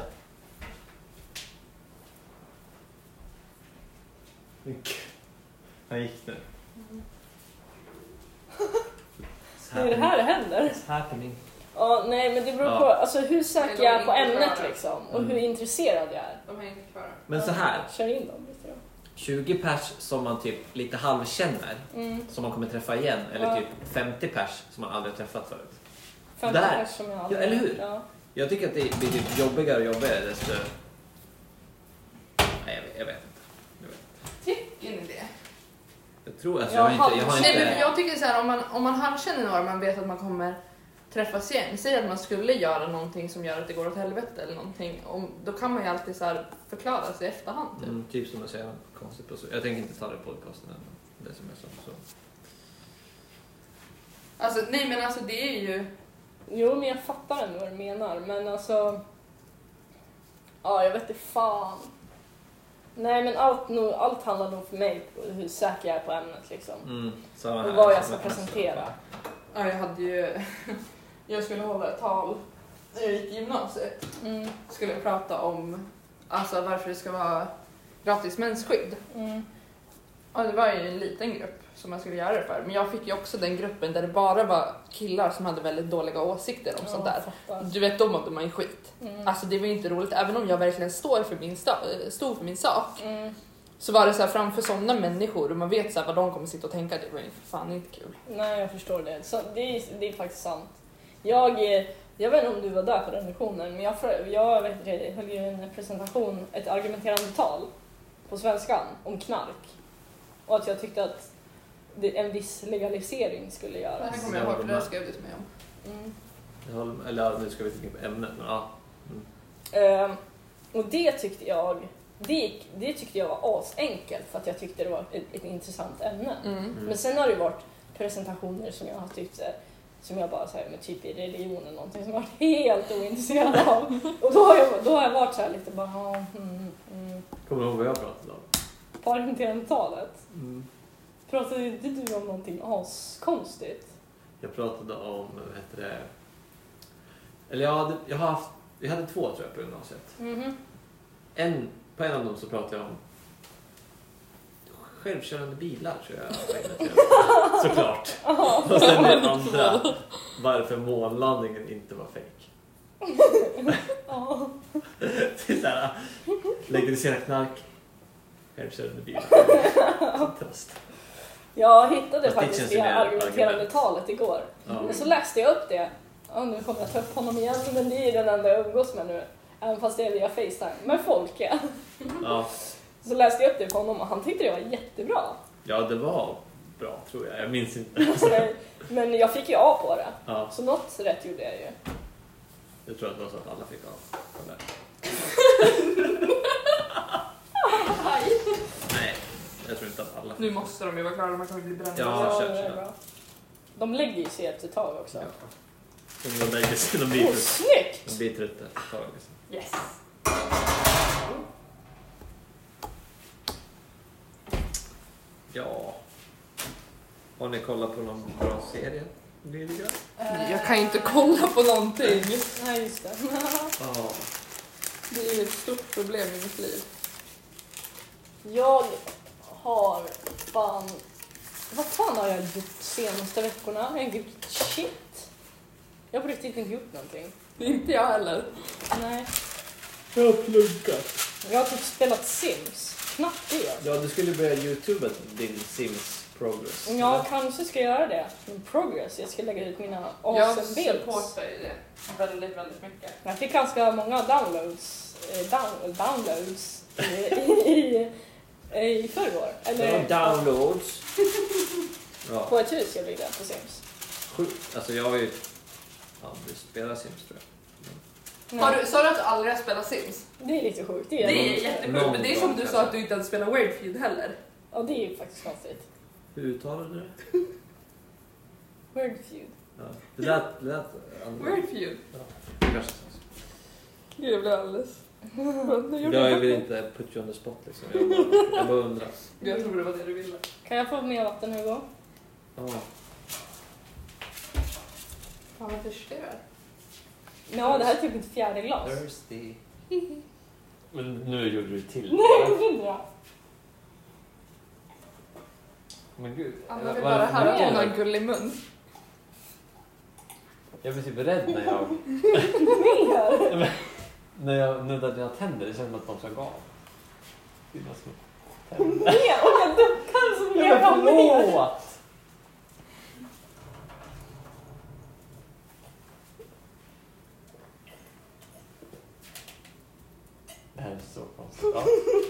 Han gick nu. Det är det här det händer. It's happening. Ja, nej, men det beror på alltså, hur säker jag är på ämnet klara. liksom. Och hur intresserad jag är. De är inte klara. Men så här. Kör in dem lite då. 20 pers som man typ lite halvkänner. Som man kommer träffa igen. Eller typ 50 pers som man aldrig har träffat förut. 50 Där. pers som jag aldrig... Ja, eller hur? Ja. Jag tycker att det blir typ jobbigare och jobbigare desto... Nej, jag vet inte. Tycker ni det? Jag tror att Jag jag har inte... Nej, men jag tycker så här, om man halvkänner några, man vet att man kommer träffas igen. Säg att man skulle göra någonting som gör att det går åt helvete eller någonting. Då kan man ju alltid så här förklara sig i efterhand. Typ. Typ som jag säger, konstigt på så. Jag tänker inte ta det på podcasten än. Det som är så. Alltså, nej men alltså det är ju... Jo, men jag fattar ändå vad du menar. Men alltså... Ja, jag vet inte fan. Nej, men allt handlar nog för mig på hur säker jag är på ämnet liksom. Och vad jag ska presentera. Ja, jag skulle hålla ett tal när jag gick i gymnasiet. Skulle jag prata om alltså varför det ska vara gratis mensskydd. Ja, det var ju en liten grupp som jag skulle göra det för. Men jag fick ju också den gruppen där det bara var killar som hade väldigt dåliga åsikter om sånt där. Fattar. Du vet, de mådde man ju skit. Alltså det var ju inte roligt. Även om jag verkligen stod för min sak. Så var det så här framför sådana människor och man vet så här vad de kommer sitta och tänka. Det var ju för fan inte kul. Nej, jag förstår det. Så det är faktiskt sant. Jag vet inte om du var där på den lektionen, men jag höll ju en presentation, ett argumenterande tal på svenskan om knark. Och att jag tyckte att en viss legalisering skulle Det göras. här kommer jag ihåg, för det skrev du till mig om. Eller nu ska vi tänka på ämnet, men ja. Och det tyckte jag var asenkelt för att jag tyckte det var ett intressant ämne. Men sen har det varit presentationer som jag har tyckt som jag bara säger med typ i religion eller någonting som jag varit helt ointresserad av. Och då har jag varit så här lite bara Kommer du ihåg vad jag pratade om? På argumenterandetalet. Pratade inte du om någonting askonstigt? Jag pratade om, vad heter det? Eller vi hade 2 tror jag på gymnasiet. På en av dem så pratade jag om självkörande bilar tror jag. Såklart. Och sen det andra, varför månlandningen inte var fake. Det är såhär, legalisera knark, självkörande bilar. Tröst. Jag hittade Fast det faktiskt känns det ju mer argumenterande argument. talet igår. Och så läste jag upp det. Nu kommer jag ta upp honom igen, men det är den enda jag umgås med nu. Även fast det är via FaceTime. Men folk, ja. Så läste jag upp det på honom och han tyckte det var jättebra. Ja, det var bra tror jag. Jag minns inte. Men jag fick ju A på det. Ja. Så något rätt gjorde jag ju. Jag tror att det var så att alla fick A på det. Nej, jag tror inte att alla fick. Nu måste de ju vara klara, man kan bli brända. Ja, det kör. är bra. De lägger ju sig efter ett tag också. Ja. De lägger sig, de blir Snyggt! trötta ett tag. Liksom. Yes. Ja. Har ni kollat på någon bra serie? Jag kan inte kolla på någonting. Nej, just det. Ja. Det är ett stort problem i mitt liv. Jag har vad fan har jag gjort senaste veckorna? Jag har inte gjort shit. Jag har på riktigt inte gjort någonting. Inte jag heller. Nej. Jag har pluggat. Jag har typ spelat Sims. Knappt det. Ja, du skulle börja YouTube din Sims Progress. Ja, kanske ska jag göra det. Men progress. Jag ska lägga ut mina Jag awesome builds. supportar ju det väldigt, väldigt mycket. Jag fick ganska många downloads i förrgår. Eller Downloads. Ja. på ett hus jag byggde på Sims. Sjukt. Alltså jag har ju aldrig spelat Sims tror jag. Sa du att du aldrig har spelat Sims? Det är lite sjukt. Det Det är är jättesjukt, men det är som du sa att du inte hade spelat Wordfeud heller. Ja, det är ju faktiskt konstigt. Hur uttalar du det? Wordfeud. Ja. Det lät Wordfeud? Ja, det kanske så. Gud, jag blev alldeles... Jag vill inte put you on the spot liksom. Jag bara undrar. Jag tror det var det du ville. Kan jag få mer vatten, Hugo? Ja. Fan, vad törstig du är. Ja, det här är typ mitt 4:e glas. Thirsty. Men nu gjorde du till. Nej, jag gjorde inte det. Men gud. Alla vill bara höra att hon har en gullig mun. Jag blir typ rädd när jag... Mer? när jag nuddar dina tänder, det känns som att de ska gå av. Dina små tänder. Mer? Och jag duckar så jävla mer. Förlåt! Det här är så konstigt. Ja.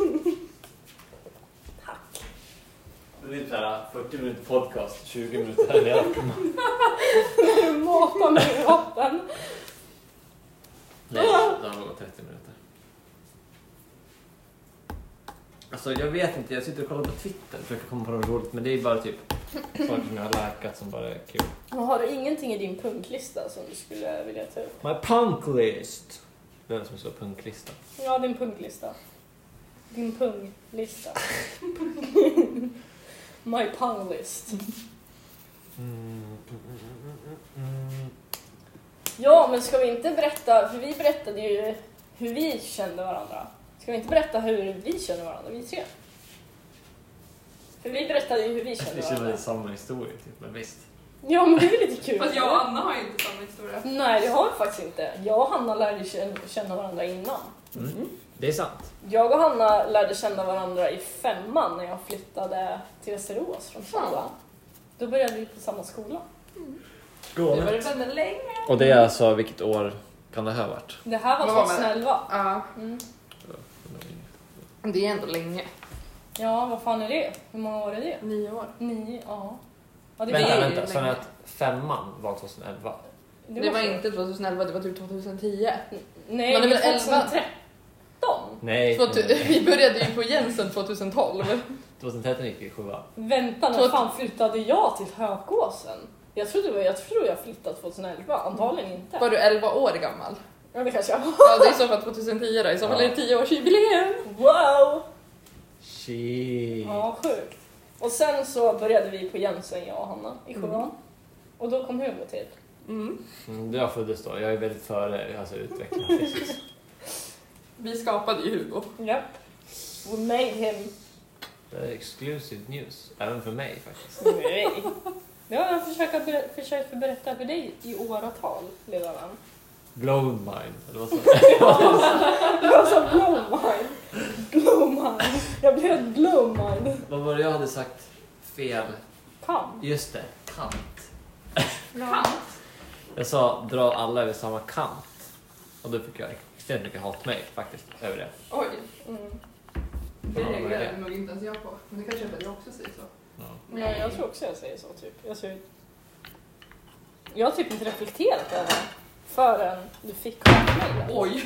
Tack. Det är typ såhär 40 minuter podcast, 20 minuter här nere. När du matar mig i vatten. Nej, det har gått 30 minuter. Alltså jag vet inte, jag sitter och kollar på Twitter och försöker komma på något roligt, men det är bara typ saker som jag har likat som bara är kul. Men har du ingenting i din punklista som du skulle vilja ta upp? My punk list! Det är som står punklista. Ja, din punklista. Din punglista. My punk list. Ja, men ska vi inte berätta, för vi berättade ju hur vi kände varandra. Ska vi inte berätta hur vi känner varandra, vi tre? För vi berättade ju hur vi kände Det känns varandra. väl samma historia typ, men visst. Ja, men det är lite kul. Fast jag och Anna har ju inte samma historia. Nej, det har vi faktiskt inte. Jag och Hanna lärde känna varandra innan. Det är sant. Jag och Hanna lärde känna varandra i 5:an när jag flyttade till Västerås från Sala. Då började vi på samma skola. Vi var vänner länge. Och det är alltså, vilket år kan det här ha varit? Det här var Vad var 2011. Ja, Mm. det är ändå länge. Ja, vad fan är det? Hur många år är det? 9 år. 9, ja. Ja, det Vänta, var- ju så länge. att 5:an var 2011? Det var så. inte 2011, det var typ 2010. Nej, Men det det är var väl 2013. Nej, Vi började ju på Jensen 2012. 2013 gick vi i 7:an. Vänta, när fan flyttade jag till Hökåsen? Jag tror jag flyttade 2011, antagligen inte. Var du 11 år gammal? Ja, det kanske jag var. Ja, det är i så fall 2010 då. I så fall Ja. är det 10-årsjubileum. Wow! Shit. Ja, sjukt. Och sen så började vi på Jensen, jag och Hanna, i 7:an. Och då kom Hugo till. Jag föddes då. Jag är väldigt före alltså, utvecklingen. Vi skapade ju Hugo. Japp. We made him. Det är exclusive news. Även för mig faktiskt. Nej. Det har jag försökt berätta för dig i åratal, lilla vän. Blown mind. Eller vad så? Jag sa blow mind. Blow mind. Jag blev ett blow mind. Vad var det jag hade sagt fel? Kam. Just det. Kant. Kant. Jag sa dra alla över samma kant. Och då fick jag extremt mycket hatmejl faktiskt över det. Oj, Mm. det Ja, vad är det? reagerade nog inte ens jag på. Men det kanske är för att jag också säger så. Ja. Ja, jag tror också jag säger så, typ. Jag har typ inte reflekterat över det förrän du fick hatmejlen. Oj!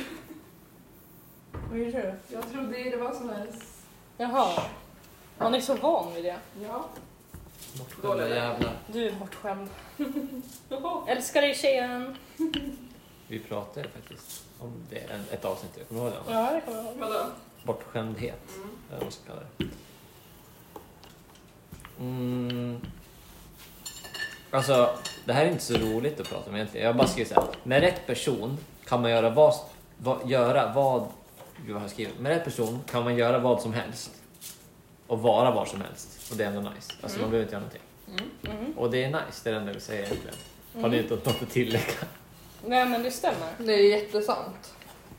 Vad är det? Jag trodde det var sån här... Jaha. Man är så van vid det. Ja. Bortskämda jävlar. Du är bortskämd. Älskar dig, tjejen. Vi pratade faktiskt om det ett avsnitt. Jag kommer ihåg det. Ja, det kommer jag ihåg. Vadå? Bortskämdhet. Eller vad man ska kalla det. Alltså, det här är inte så roligt att prata om egentligen. Jag bara skriver så här. Med rätt person kan man göra vad jag har skrivit. Med rätt person kan man göra vad som helst. Och vara var som helst. Och det är ändå nice. Alltså man behöver inte göra någonting. Och det är nice, det är det enda jag vill säga egentligen. Har ni inte något att tillägga? Nej, men det stämmer. Det är jättesant.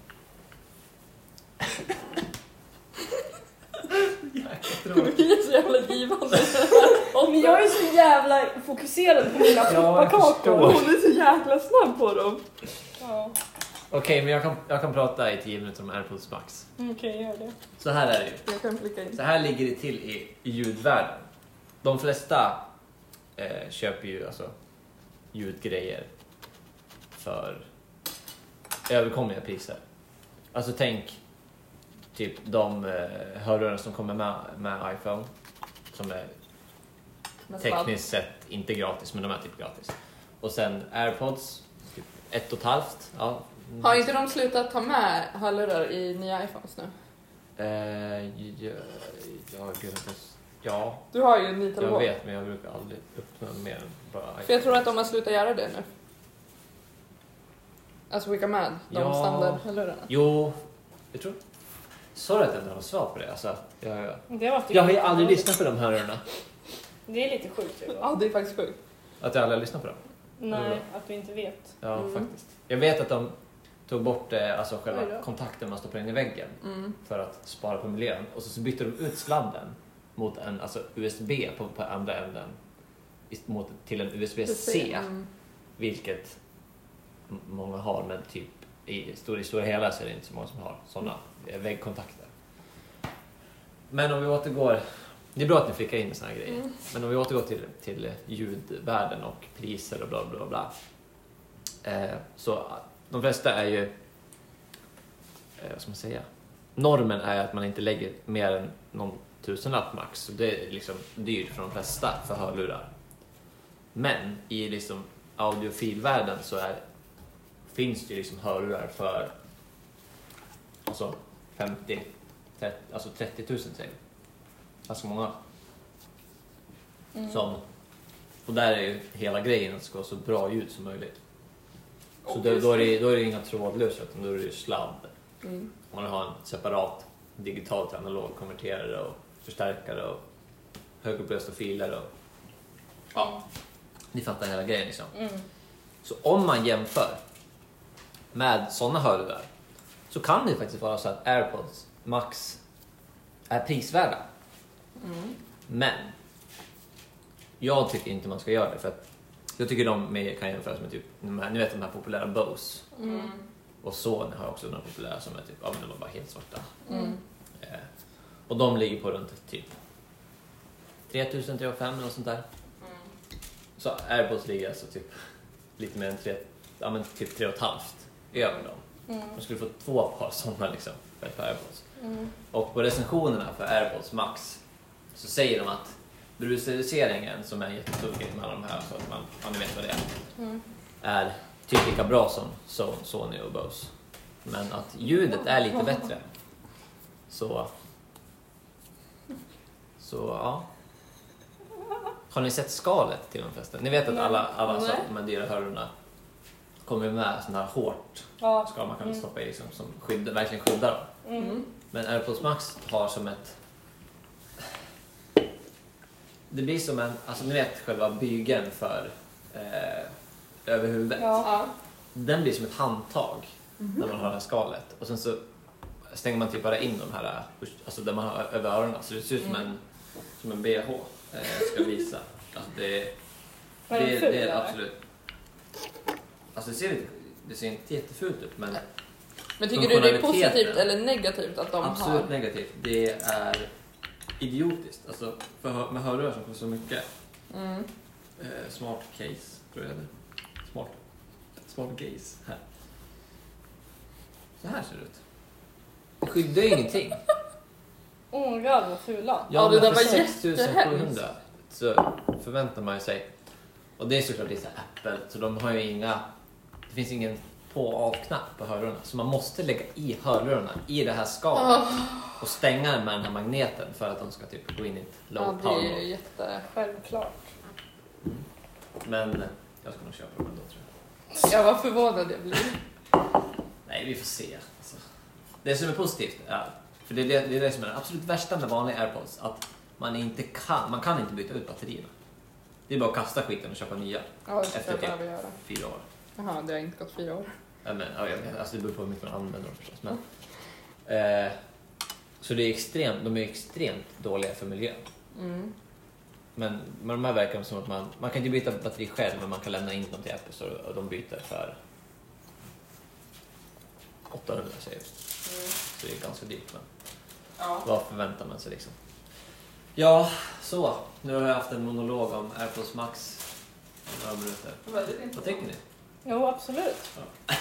Det är så jävla givande. Men jag är så jävla fokuserad på mina jag pepparkakor. förstår. Hon är så jäkla snabb på dem. Ja, Okej, men jag kan prata i 10 minuter om AirPods Max. okej, gör det. Så här är det ju. Jag kan flika in. Så här ligger det till i ljudvärlden. De flesta köper ju alltså ljudgrejer för överkomliga priser. Alltså tänk typ de hörlurar som kommer med iPhone som är tekniskt sett inte gratis, men de är typ gratis. Och sen AirPods typ 1,5. Ja. Har inte de slutat ta med hörlurar i nya iPhones nu? Ja, Du har ju en ny jag telefon. vet, men jag brukar aldrig öppna mer än bara iPhone. För jag tror att de har slutat göra det nu. Alltså skicka med de Ja. standardhörlurarna. Jo, jag tror... Sa du att jag inte har något svar på det? Alltså, Det var typ jag har ju aldrig lyssnat på de hörlurarna. Det är lite sjukt. Ja, det är faktiskt sjukt. Att jag aldrig har lyssnat på dem. Nej, att du inte vet. Ja, faktiskt. Jag vet att de tog bort alltså själva kontakten man stoppar in i väggen för att spara på miljön. Och så bytte de ut sladden mot en alltså USB på andra änden till en USB-C. Vilket många har, men typ i stora hela så är det inte så många som har sådana väggkontakter. Men om vi återgår, det är bra att ni flickar in såna här grejer. Men om vi återgår till ljudvärden och priser och bla bla bla. Så de flesta är ju, vad ska man säga? Normen är att man inte lägger mer än någon tusenlapp max. Så det är liksom dyrt för de flesta för hörlurar. Men i liksom audiofilvärlden så finns det ju liksom hörlurar för alltså 30 000 säger. Ganska många. Och där är ju hela grejen att det ska vara så bra ljud som möjligt. Så då är det inga trådlösa, utan då är det ju sladd. Man har en separat digital till analog konverterare och förstärkare och högupplösta filer och ja, ni fattar hela grejen liksom. Så om man jämför med sådana hörlurar så kan det faktiskt vara så att AirPods Max är prisvärda. Men jag tycker inte man ska göra det, för att jag tycker de kan jämföras med typ, ni vet de här populära Bose. Och Sony har också de populära som är typ, ja men de var bara helt svarta. Och de ligger på runt typ 3000-3500 eller sånt där. Så AirPods ligger alltså typ lite mer än typ 3,5 över dem. Man skulle få 2 par sådana liksom för ett par AirPods. Och på recensionerna för AirPods Max så säger de att brusreduceringen, som är jättetokigt med alla de här, så att man vet vad det är typ lika bra som Sony och Bose. Men att ljudet är lite bättre. Så ja. Har ni sett skalet till de flesta? Ni vet att alla så de här dyra hörlurarna kommer med sån här hårt skal man kan stoppa i liksom, som verkligen skyddar dem. Men AirPods Max har som ett... Det blir som en... Alltså ni vet själva bygeln för över huvudet. Den blir som ett handtag när man har det här skalet. Och sen så stänger man typ bara in de här, alltså där man har över öronen. Så det ser ut som en BH. Jag ska visa. Alltså det är absolut... Alltså det ser inte jättefult ut, men tycker du det är positivt eller negativt att de absolut har? Negativt. Det är idiotiskt. Alltså med hörlurar som kostar så mycket. Smart case, tror jag det är. Smart case. Här. Så här ser det ut. Det skyddar ju ingenting. Oh my god, vad fula. Ja, det men där för var 6700 så förväntar man sig. Och det är såklart det är så Apple, så de har ju det finns ingen på- och av-knapp på hörlurarna. Så man måste lägga i hörlurarna i det här skalet och stänga med den här magneten för att de ska typ gå in i ett low power. Det är ju Självklart. Men jag ska nog köpa dem ändå, tror jag. Jag var förvånad jag blir. Nej, vi får se. Alltså, det som är positivt är, för det är det som är det absolut värsta med vanliga AirPods, att man kan inte byta ut batterierna. Det är bara att kasta skiten och köpa nya. Ja, efter typ 4 år. Jaha, det har inte gått 4 år. Ja, men, jag vet, alltså det beror på hur mycket man använder dem förstås. Men, så de är extremt dåliga för miljön. Men med de här verkar som att man kan inte byta batteri själv, men man kan lämna in dem till Apple Store och de byter för 800 säger vi. Så det är ganska dyrt, men vad förväntar man sig liksom? Ja, så. Nu har jag haft en monolog om AirPods Max. Några minuter. Vad tycker ni? Jo, absolut. Ja.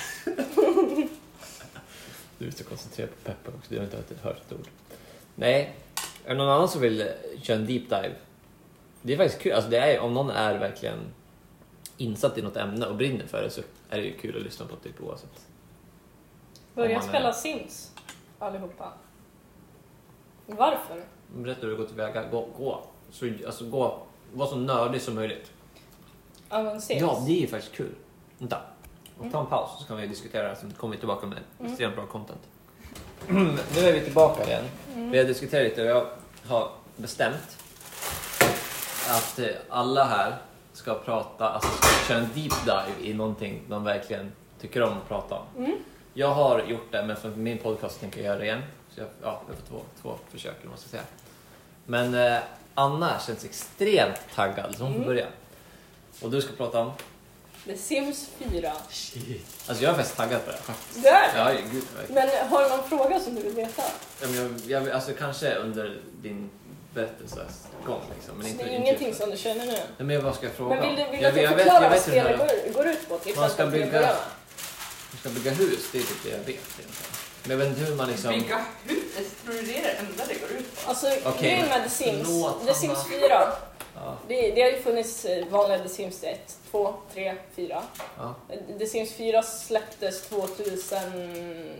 Du är så koncentrerad på peppar också. Du har inte hört ett ord. Nej, är det någon annan som vill köra en deep dive? Det är faktiskt kul. Alltså det är, om någon är verkligen insatt i något ämne och brinner för det, så är det ju kul att lyssna på typ oavsett. Börja spela Sims allihopa. Varför? Berätta hur du går tillväga. Gå. Var så nördig som möjligt. Ja, men Sims. Ja, det är ju faktiskt kul. Vänta. Och ta en paus så kan vi diskutera det här. Sen kommer vi tillbaka med extremt bra content. Nu är vi tillbaka igen. Vi har diskuterat lite och jag har bestämt att alla här ska prata, alltså ska köra en deep dive i någonting de verkligen tycker om att prata om. Jag har gjort det, men för min podcast tänker jag göra det igen. Så jag får två försök, måste jag säga. Men Anna känns extremt taggad, så hon får börja. Och du ska prata om? The Sims 4. Shit. Alltså jag är mest taggad på det faktiskt. Det är Ja, gud, verkligen. Men har du någon fråga som du vill veta? Jag alltså kanske under din berättelses gång liksom. Men Så inte, det är inte ingenting just som du känner nu? Nej, men vad ska jag fråga? Men vill du att jag jag förklarar vad vet hur spelet går ut på? Till Man ska exempel till bygga- början? man ska bygga hus, det är typ det jag vet egentligen. Men jag vet inte hur man liksom... Bygga hus, tror du det är det enda det går ut på? Alltså, Okej, grejen med The Sims, förlåt, The Sims Anna. 4, Ja, det har ju funnits vanliga The Sims 1, 2, 3, 4. ja. The Sims 4 släpptes 2012,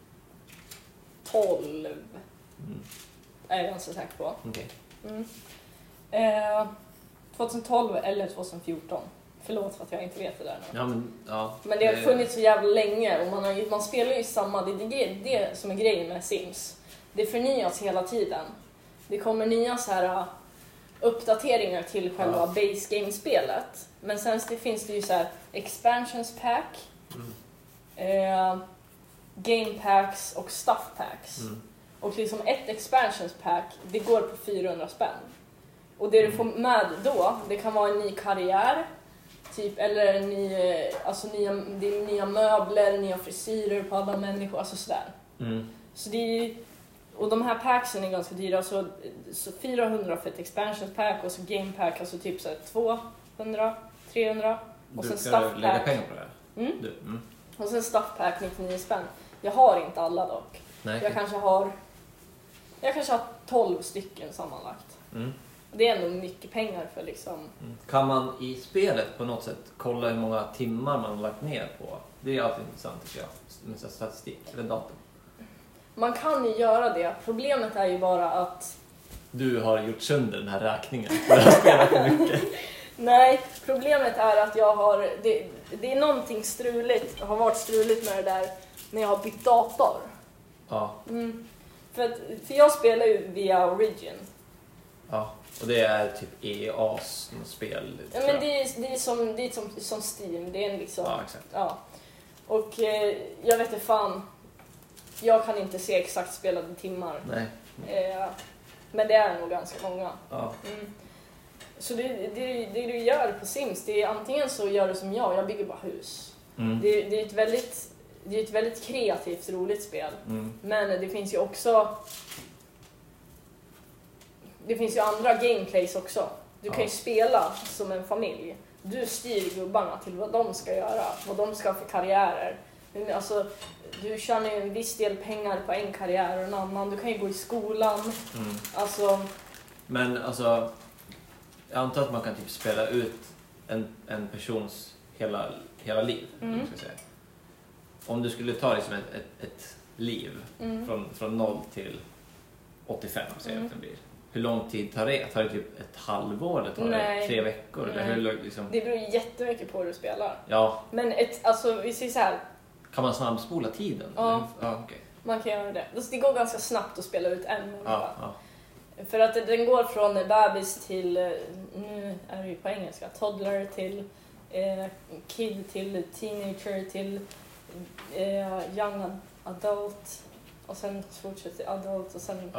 är jag ganska säker på. Okej. 2012 eller 2014. Förlåt för att jag inte vet det där nu. Ja, Men det har funnits så jävla länge och man spelar ju samma, det är det som är grejen med Sims. Det förnyas hela tiden. Det kommer nya så här uppdateringar till själva base game-spelet. Men sen finns det ju så här expansions pack, game packs och stuff packs. Och liksom ett expansions pack, det går på 400 spänn. Och det du får med då, det kan vara en ny karriär, typ, eller en ny, alltså det är nya möbler, nya frisyrer på alla människor, alltså sådär. Så det är, och de här packsen är ganska dyra, så 400 för ett expansions pack och så game pack, alltså typ så här 200, 300 och sen stuff du lägga pack. pengar på det här? Och sen stuff pack 99 spänn. Jag har inte alla dock. Nej. Jag kanske har 12 stycken sammanlagt. Det är ändå mycket pengar för liksom. Kan man i spelet på något sätt kolla hur många timmar man har lagt ner på? Det är alltid intressant tycker jag, med statistik eller datum. Man kan ju göra det. Problemet är ju bara att Du har gjort sönder den här räkningen för att spela för mycket. nej, problemet är att jag har det är någonting struligt, har varit struligt med det där när jag har bytt dator. Ja, För jag spelar ju via Origin. ja. Och det är typ EA's spel. Ja, men det är som Steam. Det är en liksom. Ja, exakt. Ja. Och jag vet inte fan. Jag kan inte se exakt spelade timmar. Nej. Men det är nog ganska många. Ja. Så det du gör på Sims, det är antingen så gör du som jag bygger bara hus. Det är ett väldigt kreativt, roligt spel. Men det finns ju också andra gameplays också. Du kan ju spela som en familj. Du styr gubbarna till vad de ska göra, vad de ska ha för karriärer. Alltså, du tjänar ju en viss del pengar på en karriär och en annan. Du kan ju gå i skolan. Alltså, Men alltså, jag antar att man kan typ spela ut en persons hela liv. Ska jag säga. Om du skulle ta det som ett liv från 0 till 85, säger att det blir. Hur lång tid tar det? Tar det typ ett halvår eller tar det 3 veckor? Eller hur, liksom? det beror ju jättemycket på hur du spelar. Ja. Men vi säger så här, Kan man snabbspola tiden? Ja. Ja, okej. man kan göra det. Alltså, det går ganska snabbt att spela ut en människa. Ja. För att den går från bebis till, nu är det ju på engelska, toddler till kid till teenager till young adult och sen fortsätter till adult och sen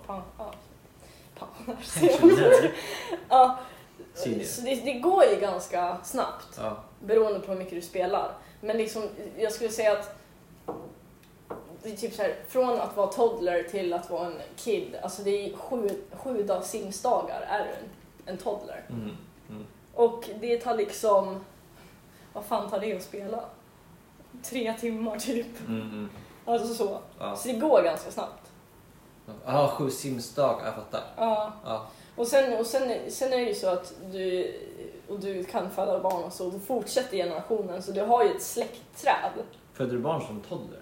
Pensionär. ja. Senior. Så det går ju ganska snabbt beroende på hur mycket du spelar. Men liksom, jag skulle säga att det är typ så här, från att vara toddler till att vara en kid, alltså det är 7 dagar simsdagar är du en toddler. Och det tar liksom, vad fan tar det att spela? 3 timmar typ. Alltså så. Ja. Så det går ganska snabbt. 7 simsdagar, jag fattar. Ja. Och sen är det ju så att du kan föda barn och så, och du fortsätter generationen, så du har ju ett släktträd. Föder du barn som toddler?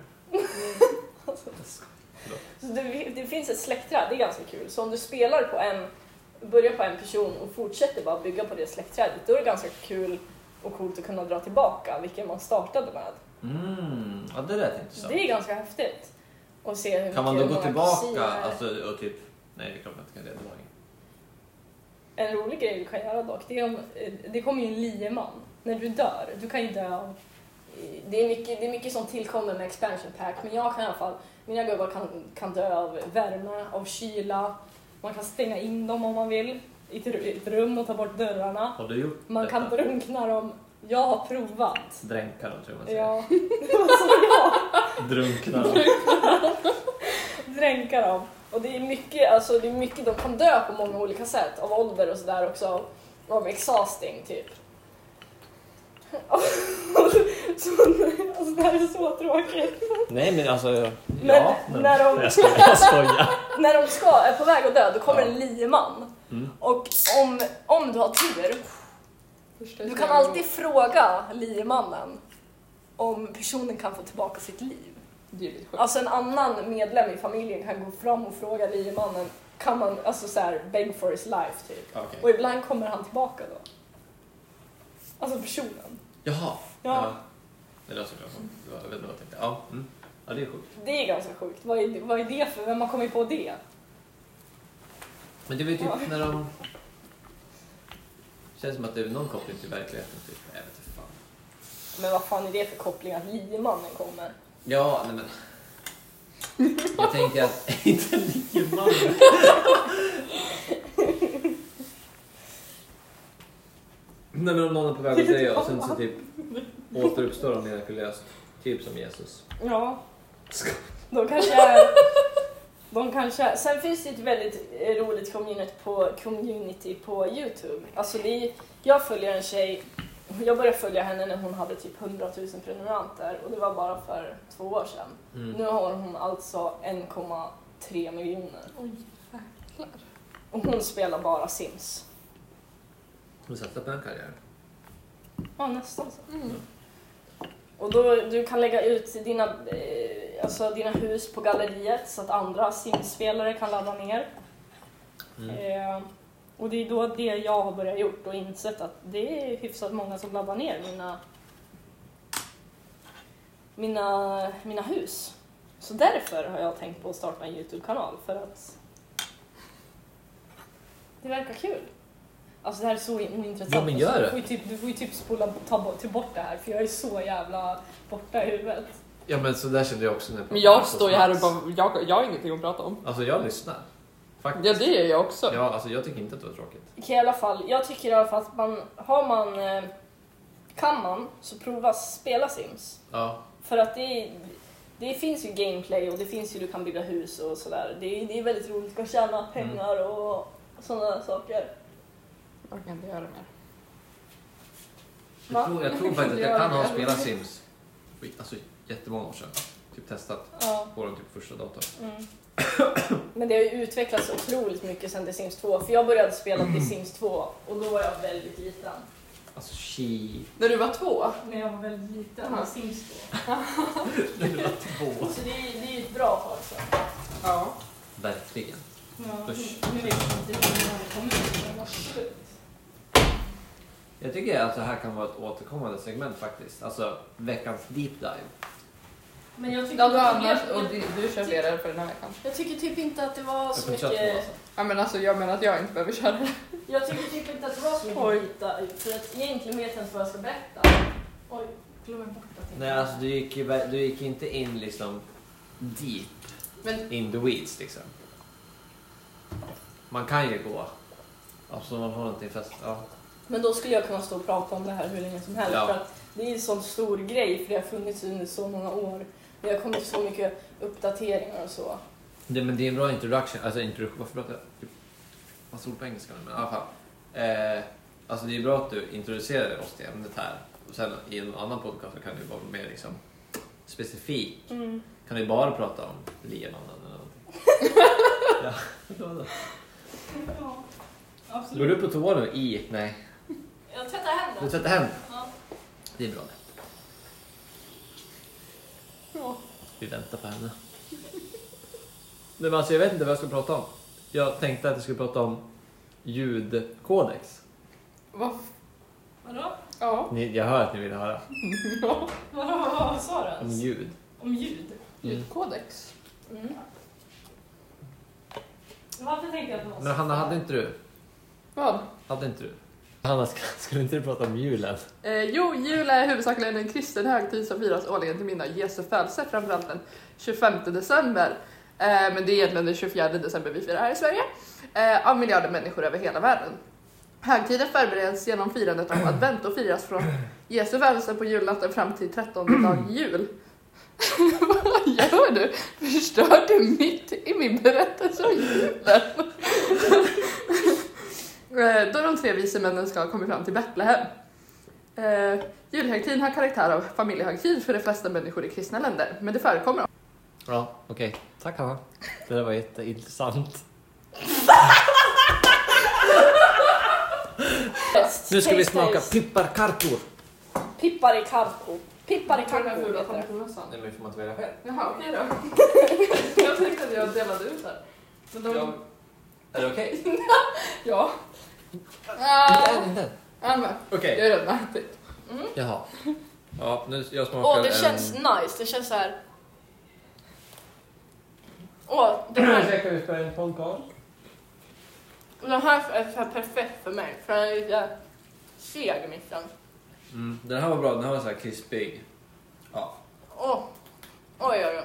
Så det finns ett släktträd, det är ganska kul. Så om du spelar börjar på en person och fortsätter bara bygga på det släktträdet, då är det ganska kul och coolt att kunna dra tillbaka vilken man startade med. Ja, det är rätt intressant. Det är ganska häftigt att se hur kan man då gå många tillbaka kusiner. alltså, och typ... Nej, det är klart man inte kan reda en rolig grej du kan göra dock, det kommer ju en lieman när du dör. Du kan ju dö av... Det är mycket som tillkommer med expansion pack, men jag kan i alla fall... Mina gubbar kan dö av värme, av kyla. Man kan stänga in dem om man vill i ett rum och ta bort dörrarna. Har du gjort Man detta? kan drunkna dem. Jag har provat. Dränka dem, tror man säger. Ja, det var så jag. Drunkna dem. Dränka dem. Och det är mycket, de kan dö på många olika sätt. Av ålder och sådär också. Av exhausting typ. Alltså det här är så tråkigt. Nej, men alltså... När de jag skojar. När de är på väg att dö, då kommer en lieman. Och om du har tur, du kan alltid fråga liemannen om personen kan få tillbaka sitt liv. Det är lite sjukt. Alltså en annan medlem i familjen kan gå fram och fråga liemannen, kan man alltså så här beg for his life typ. Okay. Och ibland kommer han tillbaka då. Alltså personen. Jaha. Ja. Det låter som jag vet inte vad jag tänkte. Ja, ja, det är sjukt. Det är ganska sjukt. Vad är det för? Vem har kommit på det? Men det var ju typ när de... Känns som att det är någon koppling till verkligheten typ. Jag vet inte fan. Men vad fan är det för koppling att liemannen kommer? Ja, nej men... Jag tänker att... Inte liemannen. Nej, men om någon är på väg att säga och sen så typ återuppstår de mirakulöst. Typ som Jesus. Ja. De kanske... Sen finns det ett väldigt roligt community på YouTube. Alltså jag följer en tjej... Jag började följa henne när hon hade typ 100 000 prenumeranter. Och det var bara för 2 år sedan. Nu har hon alltså 1,3 miljoner. Oj, jäklar. Och hon spelar bara Sims. Hon satsar på en karriär. Ja, nästan så. Och då du kan lägga ut dina hus på galleriet så att andra Sims-spelare kan ladda ner. Och det är då det jag har börjat gjort och insett att det är hyfsat många som laddar ner mina hus. Så därför har jag tänkt på att starta en YouTube-kanal, för att det verkar kul. Alltså det här är så ointressant. Ja, men gör det. Du får ju typ ta bort det här, för jag är så jävla borta i huvudet. Ja, men så där kände jag också. Men jag står ju här och bara, jag har ingenting att prata om. Alltså jag lyssnar. Faktiskt. Ja, det gör jag också. Ja, alltså jag tycker inte att det var tråkigt. Okej, i alla fall. Jag tycker i alla fall att kan man så prova spela Sims. Ja. För att det finns ju gameplay och det finns ju du kan bygga hus och sådär. Det är väldigt roligt, du kan tjäna pengar och sådana saker. Jag kan inte göra mer. Jag tror faktiskt att jag kan ha spelat Sims alltså jättemånga år sedan. Typ testat på den typ första datorn. Men det har ju utvecklats otroligt mycket sedan The Sims 2. För jag började spela The Sims 2 och då var jag väldigt liten. Alltså shit. När du var 2? När jag var väldigt liten, The Sims 2. När du var 2. Så det är ju ett bra tag sedan. Ja. Verkligen. Ja, Usch. nu vet jag inte hur det kommer ut. Det var sjukt. Jag tycker att det här kan vara ett återkommande segment faktiskt. Alltså veckans deep dive. Men jag tycker, Ja, du annars, och du kör flera för den här veckan. jag tycker typ inte att det var så Jag får köra två, mycket... alltså. Ja, men alltså jag menar att jag inte behöver köra det. Jag tycker typ inte att det var så mycket Oj. bitar. För att egentligen vet jag inte vad jag ska berätta. Oj, glömmer bort att Nej, alltså du gick inte in liksom deep in the weeds liksom. Man kan ju gå. Alltså man har någonting fast. Ja. Men då skulle jag kunna stå och prata om det här hur länge som helst. Ja. För att det är en sån stor grej, för det har funnits under så många år. Det har kommit så mycket uppdateringar och så. Men det är en bra introduction. Alltså varför pratar jag? Massa ord på engelska nu, men i alla fall. Alltså det är bra att du introducerar oss till ämnet här. Och sen i en annan podcast så kan du vara mer liksom specifik. Kan du bara prata om liemannen eller någonting. Ja, då. Ja, absolut. Går du på toa nu nej. Jag tvättar händerna. Du tvättar händerna. Ja. Det är bra det. Ja. Vi väntar på henne. Nej, men alltså jag vet inte vad jag ska prata om. Jag tänkte att jag skulle prata om ljudkodex. Vad? Vadå? Ja. Jag hör att ni vill höra. Vadå? Vad sa du Om ens? ljud. Om ljud? Ljudkodex. Varför tänkte jag på något? Men Hanna, hade inte du Vad? Hade inte du? Hanna, skulle inte du prata om julen? Jo, jul är huvudsakligen en kristen högtid som firas årligen till minne av Jesu födelse, framförallt den 25 december. Men det är egentligen den 24 december vi firar här i Sverige. Av miljarder människor över hela världen. Högtiden förbereds genom firandet av advent och firas från Jesu födelse på julnatten fram till 13:e dag jul. Vad gör du? Förstör du mitt i min berättelse om julen? Då de 3 vise männen ska ha kommit fram till Betlehem. Julhögtiden har karaktär av familjehögtid för de flesta människor i kristna länder, men det förekommer. Ja, okej. Tack Hanna. Det där var jätteintressant. Nu ska vi smaka pipparkartor. Pipparikarpo. Pipparikarpo heter det. Nej, men får man inte välja själv? Jaha, okej då. Jag tänkte att jag delade ut här. Men de... Ja. Är det okej? Ja. Inte. Okej. Jag är redan ätit. Jaha. Ja, nu jag smakar det känns nice. Det känns så här. Det här. vi spela en podcast. Den här är så här perfekt för mig. För den är lite seg i mitten. Den här var bra. Den här var så här krispig. Ja. Oj.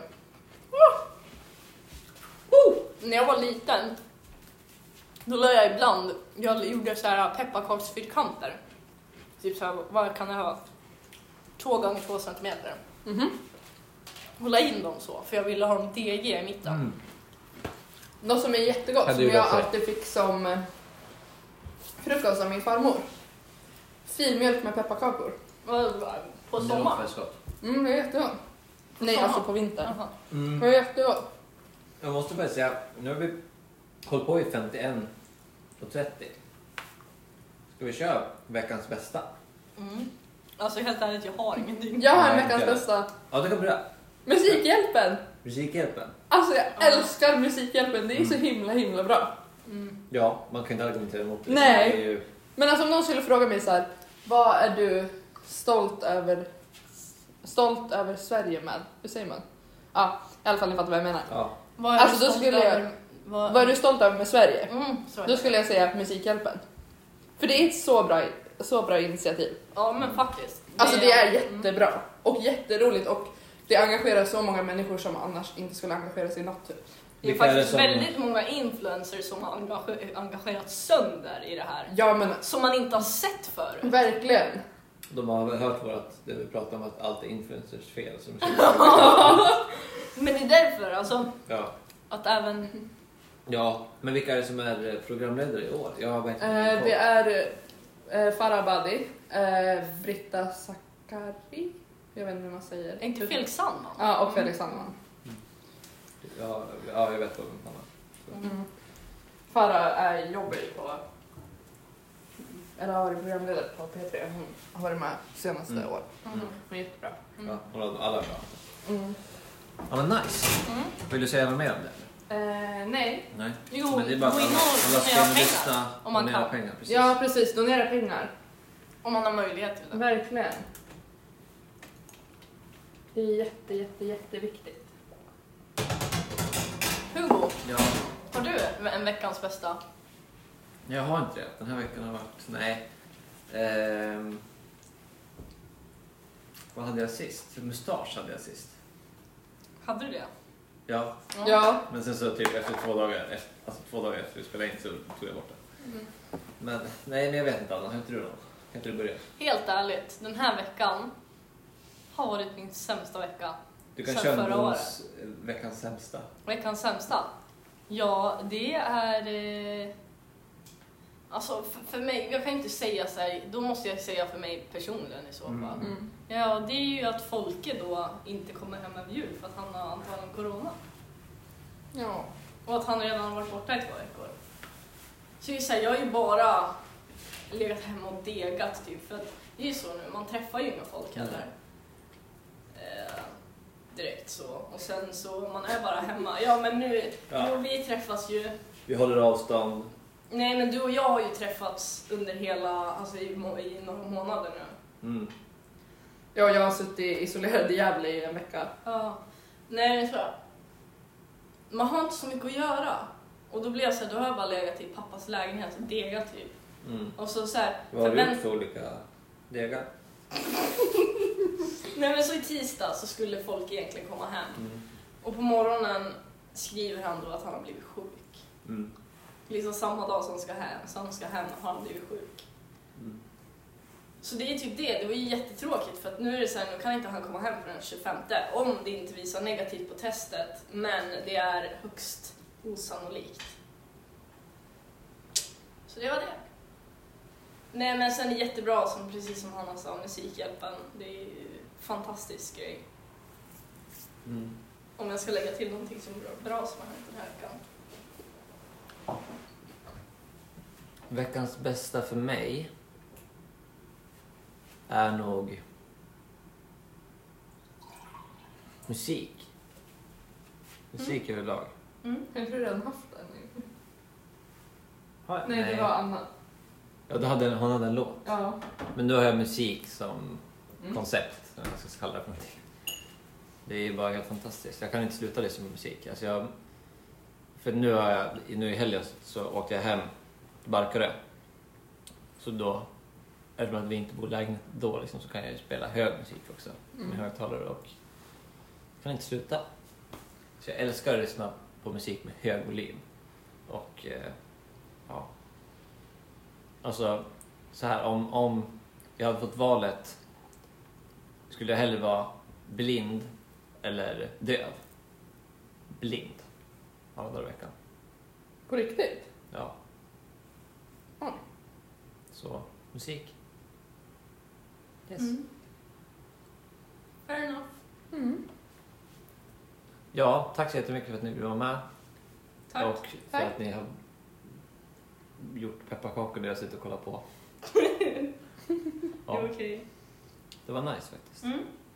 När jag var liten, då lade jag ibland, jag gjorde så här pepparkaksfyrkanter. Typ så här, vad kan det ha? 2 gånger 2 centimeter. Och la in dem så, för jag ville ha dem DG i mitten. Något som är jättegott, som jag alltid fick som frukost av min farmor. Filmjölk med pepparkakor. På sommaren? Det är jättegott. Nej, alltså på vintern. Det är jättegott. Jag måste bara säga, nu har vi hållit på i 51 och 30. Ska vi köra veckans bästa? Alltså helt ärligt, jag har ingenting. Jag har en veckans bästa. Ja, det kan bli det. Musikhjälpen. Musikhjälpen? Alltså jag älskar Musikhjälpen. Det är så himla bra. Ja, man kan inte argumentera emot det. Nej. Det är ju... Men alltså om någon skulle fråga mig så här: vad är du stolt över Sverige med? Hur säger man? Ja, i alla fall ni fattar vad jag menar. Ja. Alltså då skulle jag... Vad är du stolt över med Sverige? Då skulle jag säga Musikhjälpen. För det är ett så bra initiativ. Ja, men faktiskt. Alltså det är jättebra och jätteroligt, och det engagerar så många människor som annars inte skulle engagera sig i något typ. Det är faktiskt väldigt många influencers som har engagerat sönder i det här. Ja, men som man inte har sett förut. Verkligen. De har väl hört det vi pratar om, att allt är influencers fel. Men det är därför alltså. Ja. Att även... Ja, men vilka är det som är programledare i år? Det är Farah Abadi, Britta Zackari, jag vet inte hur man säger. Inte Felix Sandman? Ja, och Felix Sandman. Ja, jag vet vad man har. Farah är jobbig på... Eller har varit programledare på P3. Hon har varit med senaste år. Hon är jättebra. Ja, hon har alla bra. Ja, men nice. Vill du säga något mer om det? Nej. Jo, men det är bara om man kan. Pengar, precis. Ja, precis. Donera pengar. Om man har möjlighet till det. Verkligen. Det är jätteviktigt. Hugo, Ja. har du en veckans bästa? Jag har inte det. Den här veckan har varit... Nej. Vad hade jag sist? Mustasch hade jag sist. Hade du det? Ja. Ja. Men sen så typ efter 2 dagar, två dagar efter vi spelade in så tog jag bort det. Men jag vet inte, Anna. Har inte du någon? Kan inte du börja? Helt ärligt, den här veckan har varit min sämsta vecka. Du kan sen köra veckans sämsta. Veckans sämsta? Ja, det är... Alltså för mig, jag kan inte säga så här, då måste jag säga för mig personligen i så fall. Ja, det är ju att Folke då inte kommer hem över jul för att han har antagligen corona. Ja. Och att han redan har varit borta i 2 veckor. Så det är så här, jag har ju bara legat hemma och degat typ, för att det är ju så nu, man träffar ju inga folk heller. Direkt så. Och sen så, man är bara hemma. Ja, men nu vi träffas ju. Vi håller avstånd. Nej, men du och jag har ju träffats under hela, alltså i några månader nu. Ja, jag har suttit isolerad i Gävle i en vecka. Ja. Nej, det tror jag. Man har inte så mycket att göra. Och då blev jag så här, då har jag bara legat i pappas lägenhet och degat typ. Och så här, vad har du gjort för olika degar? Nej men så i tisdag så skulle folk egentligen komma hem. Och på morgonen skriver han då att han har blivit sjuk. Liksom samma dag som han ska hem har han blivit sjuk. Så det är typ det var ju jättetråkigt för att nu är det så här, nu kan inte han komma hem på den 25 om det inte visar negativt på testet, men det är högst osannolikt. Så det var det. Nej men sen är det jättebra, som precis som Hanna sa, Musikhjälpen, det är ju fantastisk grej. Om jag ska lägga till någonting som är bra som har hänt den här veckan. Veckans bästa för mig är nog musik. Musik överlag. Har inte du redan haft den? Nej, det var Anna. Ja, hon hade en låt. Ja. Men nu har jag musik som koncept, eller vad jag ska kalla det för någonting. Det är bara helt fantastiskt. Jag kan inte sluta lyssna på musik. Alltså för nu i helgen så åkte jag hem till Barkarö. Så då, eftersom att vi inte bor lägenhet då liksom, så kan jag ju spela hög musik också med högtalare och kan inte sluta. Så jag älskar att lyssna på musik med hög volym. Och ja. Alltså så här, om jag hade fått valet, skulle jag hellre vara blind eller döv? Blind. Alla dagar i veckan. På riktigt? Ja. Så, musik. Yes. Fair enough. Ja, tack så jättemycket för att ni ville vara med. Tack. Och för att ni har gjort pepparkakor där jag sitter och kollar på. Det är okej. Det var nice faktiskt.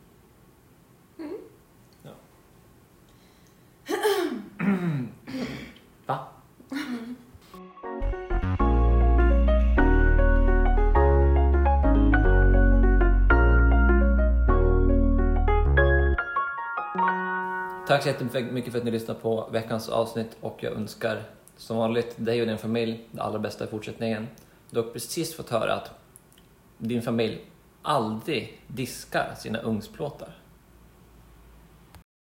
Ja. Va? Tack så jättemycket för att ni lyssnade på veckans avsnitt och jag önskar som vanligt dig och din familj det allra bästa i fortsättningen. Du har precis fått höra att din familj aldrig diskar sina ugnsplåtar.